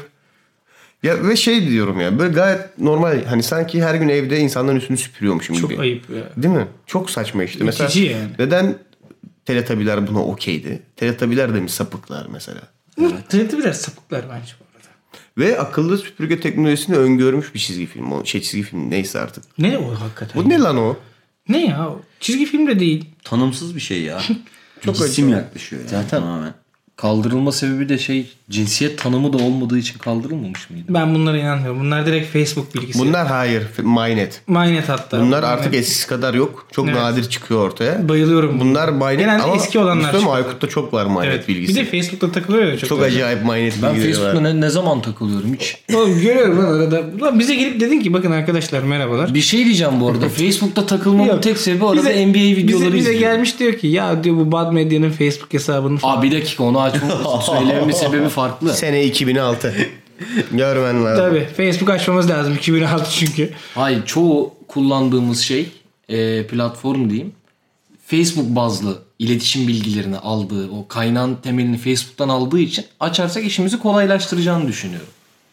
Ya ve şey diyorum ya böyle gayet normal, hani sanki her gün evde insanların üstünü süpürüyormuşum Çok gibi. ayıp ya. Değil mi? Çok saçma işte. Mesela İtici yani. neden Teletabiler buna okeydi? Teletabiler de mi sapıklar mesela? Evet. Biraz sapıklar bence bu arada. Ve akıllı süpürge teknolojisini öngörmüş bir çizgi film. O şey çizgi film neyse artık. Ne o hakikaten? Bu ne lan o? Ne ya? o? Çizgi film de değil. Tanımsız bir şey ya. Çok Çok cisim acayip. yaklaşıyor yani. Zaten- Tamamen. Kaldırılma sebebi de şey cinsiyet tanımı da olmadığı için kaldırılmamış mıydı? Ben bunlara inanmıyorum. Bunlar direkt Facebook bilgisi. Bunlar hayır. Mynet. Mynet hatta. Bunlar artık eskisi kadar yok. Çok Evet. nadir çıkıyor ortaya. Bayılıyorum. Bunlar Mynet Genelde ama eski olanlar Müslüman çıkıyor. Aykut'ta çok var Mynet Evet. bilgisi. Bir de Facebook'ta takılıyor ya çok. çok da. acayip Mynet Ben bilgileri Facebook'ta var. ne, ne zaman takılıyorum hiç. Oğlum görüyorum lan arada. Ulan bize gelip dedin ki bakın arkadaşlar merhabalar. Bir şey diyeceğim bu arada. Facebook'ta takılmamın Yok. tek sebebi arada Bize- N B A videoları bize, bize izliyorum. gelmiş diyor ki ya diyor bu Bad Medya'nın Facebook hesabını falan. Aa bir dakika onu açmamızın söylememin sebebi farklı. Sene iki bin altı. Görmen lazım. Tabii Facebook açmamız lazım iki bin altı çünkü. Hayır çoğu kullandığımız şey e, platform diyeyim. Facebook bazlı iletişim bilgilerini aldığı, o kaynağın temelini Facebook'tan aldığı için açarsak işimizi kolaylaştıracağını düşünüyorum.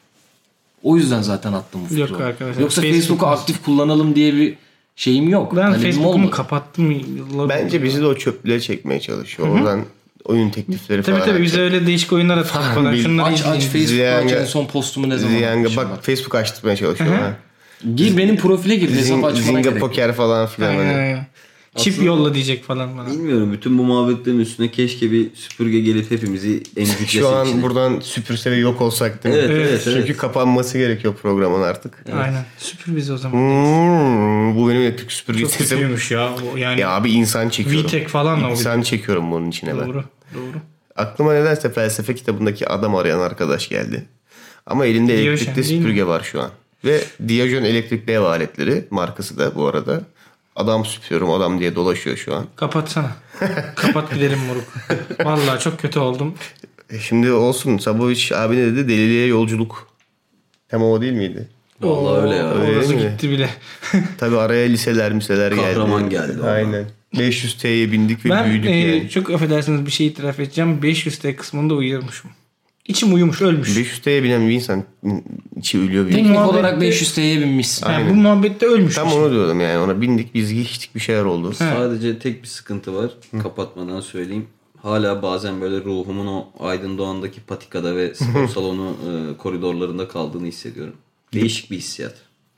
O yüzden zaten attım bu fikri. Yok arkadaşlar, Yoksa Facebook- Facebook'u aktif kullanalım diye bir şeyim yok. Ben Talebim Facebook'umu olmadı. kapattım yıllar. Bence bizi de o çöplüğe çekmeye çalışıyor. Oradan oyun teklifleri Tabii falan. tabii bize öyle değişik oyunlar atıyor falan. bil- Şunları Aç aç izleyin. Facebook'u aç Ziyanga- en son postumu ne zaman Ziyanga atmışım bak bak. Facebook açtırmaya çalışıyor. ha. Gir benim profile gir hesap Zing, açmana Zinga gerek yok. poker falan filan. Aynen, hani. aynen. Çip yolla diyecek falan bana. Bilmiyorum, bütün bu muhabbetlerin üstüne keşke bir süpürge gelip hepimizi emziklesin Şu an içine. buradan süpürse ve yok olsak değil mi? Evet, evet, Çünkü evet. kapanması gerekiyor programın artık. Aynen. Süpür bizi o zaman. Hmm, bu benim elektrik süpürge Çok sesim. kötüymüş ya. O yani Ya abi insan çekiyorum. VTech falan da o. İnsan çekiyorum bunun içine ben. Doğru. Doğru. Aklıma nedense felsefe kitabındaki adam arayan arkadaş geldi. Ama elinde Diyojen elektrikli değil mi? süpürge var şu an. Ve Diyojen elektrikli ev aletleri markası da bu arada. Adam süpürüyorum adam diye dolaşıyor şu an. Kapatsana. Kapat gidelim moruk. Vallahi çok kötü oldum. E şimdi olsun, Saboviç abi ne dedi? Deliliğe yolculuk. Hem o değil miydi? Vallahi öyle ya. Öyle Orası değil mi? gitti bile. Tabii araya liseler miseler geldi. Kahraman geldi oradan. Aynen. beş yüz T'ye bindik ve Ben büyüdük e, yani. çok affedersiniz bir şey itiraf edeceğim. beş yüz T kısmında uyuyormuşum. İçim uyumuş, ölmüş. beş yüz T'ye binen bir insan içi ölüyor. Bir. Teknik muhabbette- olarak beş yüz T'ye binmişsin. Yani bu muhabbette ölmüş. Tam onu diyordum yani, ona bindik biz, geçtik, bir şeyler oldu. Sadece tek bir sıkıntı var. Kapatmadan söyleyeyim. Hala bazen böyle ruhumun o Aydın Doğan'daki patikada ve spor salonu e, koridorlarında kaldığını hissediyorum. Değişik bir hissiyat.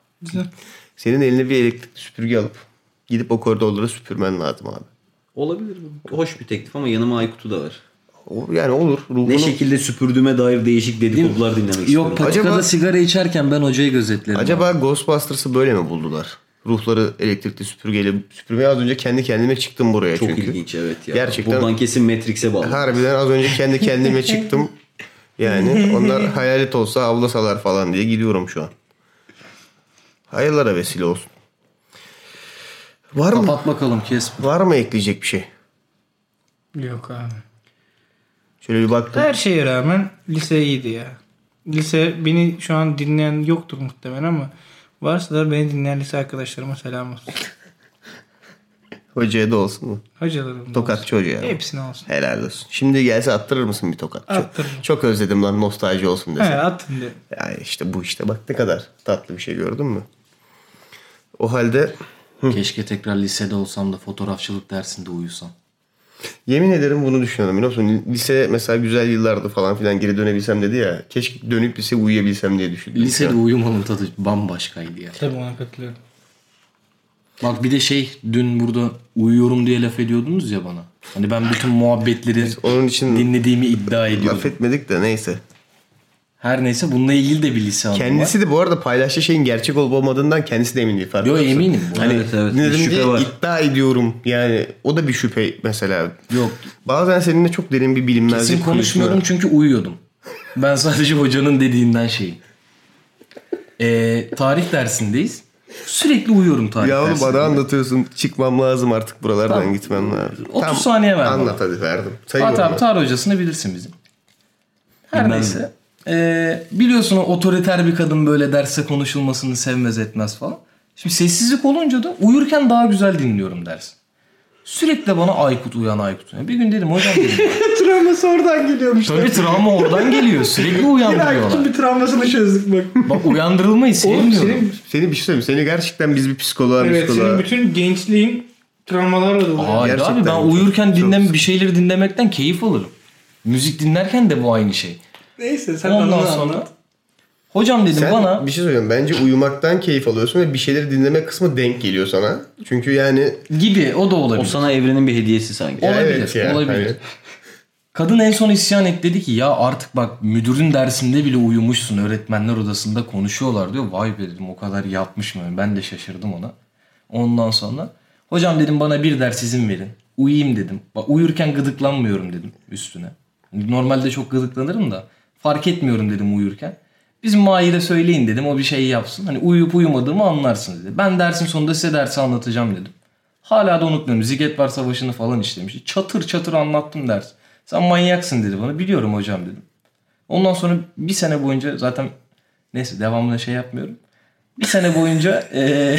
Senin eline bir elektrikli süpürge alıp gidip o koridorları süpürmen lazım abi. Olabilir mi? Hoş bir teklif ama yanıma Aykut'u da var. O, yani olur. Ruhunu... Ne şekilde süpürdüğüme dair değişik dedikodular dinlemek istiyorum. Yok patikada Acaba- sigara içerken ben hocayı gözetlerim. Acaba Ghostbusters'ı böyle mi buldular? Ruhları elektrikli süpürgeyle süpürmeye az önce kendi kendime çıktım buraya Çok çünkü. ilginç evet ya. Gerçekten- Buradan kesin Matrix'e bağlı. Harbiden az önce kendi kendime çıktım. Yani onlar hayalet olsa avlasalar falan diye gidiyorum şu an. Hayırlara vesile olsun. Var mı? Kapat bakalım Casper. Var mı ekleyecek bir şey? Yok abi. Şöyle bir baktım. Her şeye rağmen lise iyiydi ya. Lise beni şu an dinleyen yoktur muhtemelen ama varsa da beni dinleyen lise arkadaşlarıma selam olsun. Hocaya da olsun mu? Hocalarım. Tokatçı hoca ya. Hepsine olsun. Helal olsun. Şimdi gelse attırır mısın bir tokat? Çok, Attırırım. çok özledim lan nostalji olsun He desen. atın de. Ya işte bu işte bak ne kadar tatlı bir şey gördün mü? O halde Keşke tekrar lisede olsam da fotoğrafçılık dersinde uyusam. yemin ederim bunu düşünüyorum biliyor musun? Lise mesela güzel yıllardı falan filan geri dönebilsem dedi ya. Keşke dönüp lise uyuyabilsem diye düşündüm. Lisede uyumanın tadı bambaşkaydı ya. Tabii ona katılıyorum. Bak bir de şey dün burada uyuyorum diye laf ediyordunuz ya bana. Hani ben bütün muhabbetleri Onun için dinlediğimi iddia ediyordum. laf etmedik de neyse. Her neyse bununla ilgili de bir lise anım var. Kendisi de bu arada paylaştığı şeyin gerçek olup olmadığından kendisi de emin değil. farkında Yo mısın? eminim. Bu. Hani Evet, evet. ne Bir dedim şüphe diye var. iddia ediyorum. Yani o da bir şüphe mesela. Yok. Bazen seninle çok derin bir bilinmezlik Kesin konuşmuyorum konuşuyor. çünkü uyuyordum. Ben sadece hocanın dediğinden şeyim. Ee, tarih dersindeyiz. Sürekli uyuyorum tarih Ya oğlum dersinde. bana anlatıyorsun. Çıkmam lazım artık buralardan Tamam. gitmem lazım. otuz saniye ver bana. Anlat hadi verdim. Sayıyorum Fatih abi ben. tarih hocasını bilirsin bizim. Her Bilmem. neyse. Ee, biliyorsun o otoriter bir kadın böyle derste konuşulmasını sevmez etmez falan. Şimdi sessizlik olunca da uyurken daha güzel dinliyorum ders. Sürekli bana Aykut uyan Aykut uyan. Bir gün dedim hocam dedim. Travması oradan geliyormuş. Tabii travma oradan geliyor. Sürekli uyandırıyorlar. bir travmasını çözdük bak. Bak uyandırılmayı Oğlum sevmiyorum. senin, Seni bir şey söyleyeyim. Seni gerçekten biz bir psikoloğa evet, psikoloğa. senin bütün gençliğin travmalarla dolu. Hayır Gerçekten abi ben çok- uyurken çok dinlem sıkı. bir şeyleri dinlemekten keyif alırım. Müzik dinlerken de bu aynı şey. Neyse sen Ondan anla sonra anlat. hocam dedim Sen bana bir şey söyleyeyim. Bence uyumaktan keyif alıyorsun ve bir şeyleri dinleme kısmı denk geliyor sana. Çünkü yani gibi o da olabilir. O sana evrenin bir hediyesi sanki. Ya Olabilir, evet ya, olabilir. hani. Kadın en son isyan etti, dedi ki ya artık bak müdürün dersinde bile uyumuşsun, öğretmenler odasında konuşuyorlar diyor. Vay be dedim, o kadar yapmış mı? Ben de şaşırdım ona. Ondan sonra hocam dedim bana bir ders izin verin. Uyuyayım dedim. Bak uyurken gıdıklanmıyorum dedim üstüne. Normalde çok gıdıklanırım da fark etmiyorum dedim uyurken. Bizim Mahir'e söyleyin dedim, o bir şey yapsın. Hani uyuyup uyumadığımı anlarsın dedi. Ben dersin sonunda size dersi anlatacağım dedim. Hala da unutmuyorum. Zigetvar Savaşı'nı falan işlemişti. Çatır çatır anlattım ders. Sen manyaksın dedi bana. Biliyorum hocam dedim. Ondan sonra bir sene boyunca zaten neyse devamlı şey yapmıyorum. Bir sene boyunca ee,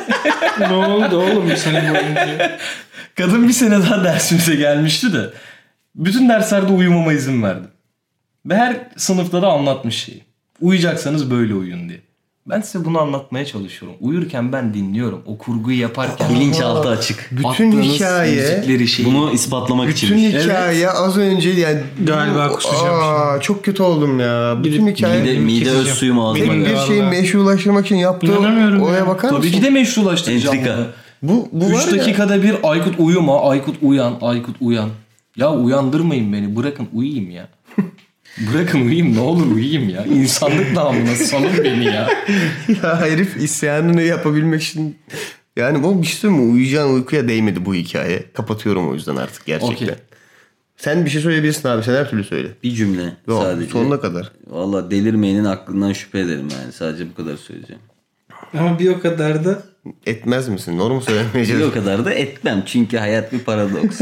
Ne oldu oğlum bir sene boyunca? kadın bir sene daha dersimize gelmişti de bütün derslerde uyumama izin verdi. Ve her sınıfta da anlatmış şeyi. Uyuyacaksanız böyle uyuyun diye. Ben size bunu anlatmaya çalışıyorum. Uyurken ben dinliyorum. O kurguyu yaparken Bilinçaltı açık. Bütün attığınız hikaye- müzikleri şeyi. Bunu ispatlamak bütün için. hikaye az önce yani Galiba kusacağım Aa, çok kötü oldum ya. Bütün hikaye Mide, mide öz suyum ağzıma tek geldi. bir şeyi Vallahi. meşrulaştırmak için yaptığı İnanamıyorum olaya ya. bakar mısın? Tabii ki de meşrulaştıracağım Entrika. bunu. Bu, bu var üç ya. dakikada bir Aykut uyuma, Aykut uyan, Aykut uyan. Ya uyandırmayın beni, bırakın uyuyayım ya. Bırakın uyuyayım, ne olur uyuyayım ya. İnsanlık namına salın beni ya. Ya herif isyanını yapabilmek için yani bu bir şey söyleyeyim mi? Uyuyacağın uykuya değmedi bu hikaye. Kapatıyorum o yüzden artık gerçekten. Okey. Sen bir şey söyleyebilirsin abi. Sen her türlü söyle. Bir cümle Yok, sadece. sonuna kadar. Valla delirmeyenin aklından şüphe ederim yani. Sadece bu kadar söyleyeceğim. Ama bir o kadar da Etmez misin? Doğru mu söylemeyeceğiz? Bir o kadar da etmem. Çünkü hayat bir paradoks.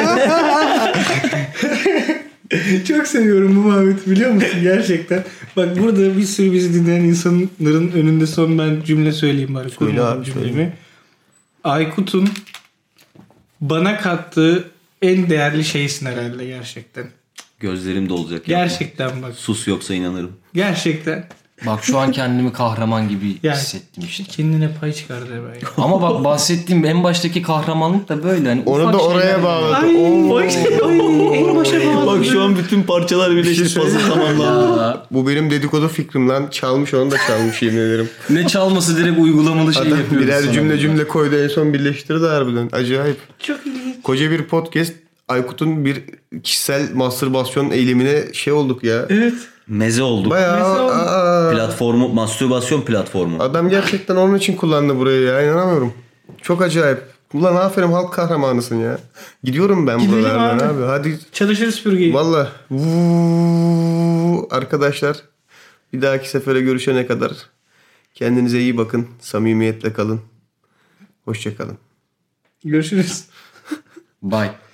çok seviyorum bu muhabbeti biliyor musun gerçekten. Bak burada bir sürü bizi dinleyen insanların önünde son ben cümle söyleyeyim bari. Söyle Kurmadım abi, cümlemi. söyle. Aykut'un bana kattığı en değerli şeysin herhalde gerçekten. Gözlerim dolacak. yapma. Gerçekten bak. Sus yoksa inanırım. Gerçekten. Bak şu an kendimi kahraman gibi Yani hissettim işte. kendine pay çıkardı hemen. ya. Ama bak bahsettiğim en baştaki kahramanlık da böyle. Hani Onu ufak da oraya şeyler- bağladı. Ay, Oo. bak işte, ay, en başa bağladı. Bak şu an bütün parçalar birleşti. şey Fazla söyleyeyim mi? zamanla. Ya, Bu benim dedikodu fikrim lan. Çalmış onu da çalmış yemin ederim. ne çalması direkt uygulamalı şey Adam yapıyoruz birer sana cümle burada. cümle koydu en son birleştirdi harbiden. Acayip. Çok ilginç. Koca bir podcast Aykut'un bir kişisel mastürbasyon eylemine şey olduk ya. Evet. Meze olduk. Bayağı Mesela- aa, Platformu, mastürbasyon platformu. adam gerçekten onun için kullandı burayı ya. İnanamıyorum. Çok acayip. Ulan aferin halk kahramanısın ya. Gidiyorum ben Gidelim buralardan abi. abi. Hadi. Çalışır süpürgeyi. Valla. Vuuu. Arkadaşlar bir dahaki sefere görüşene kadar kendinize iyi bakın. Samimiyetle kalın. Hoşça kalın. Görüşürüz. Bye.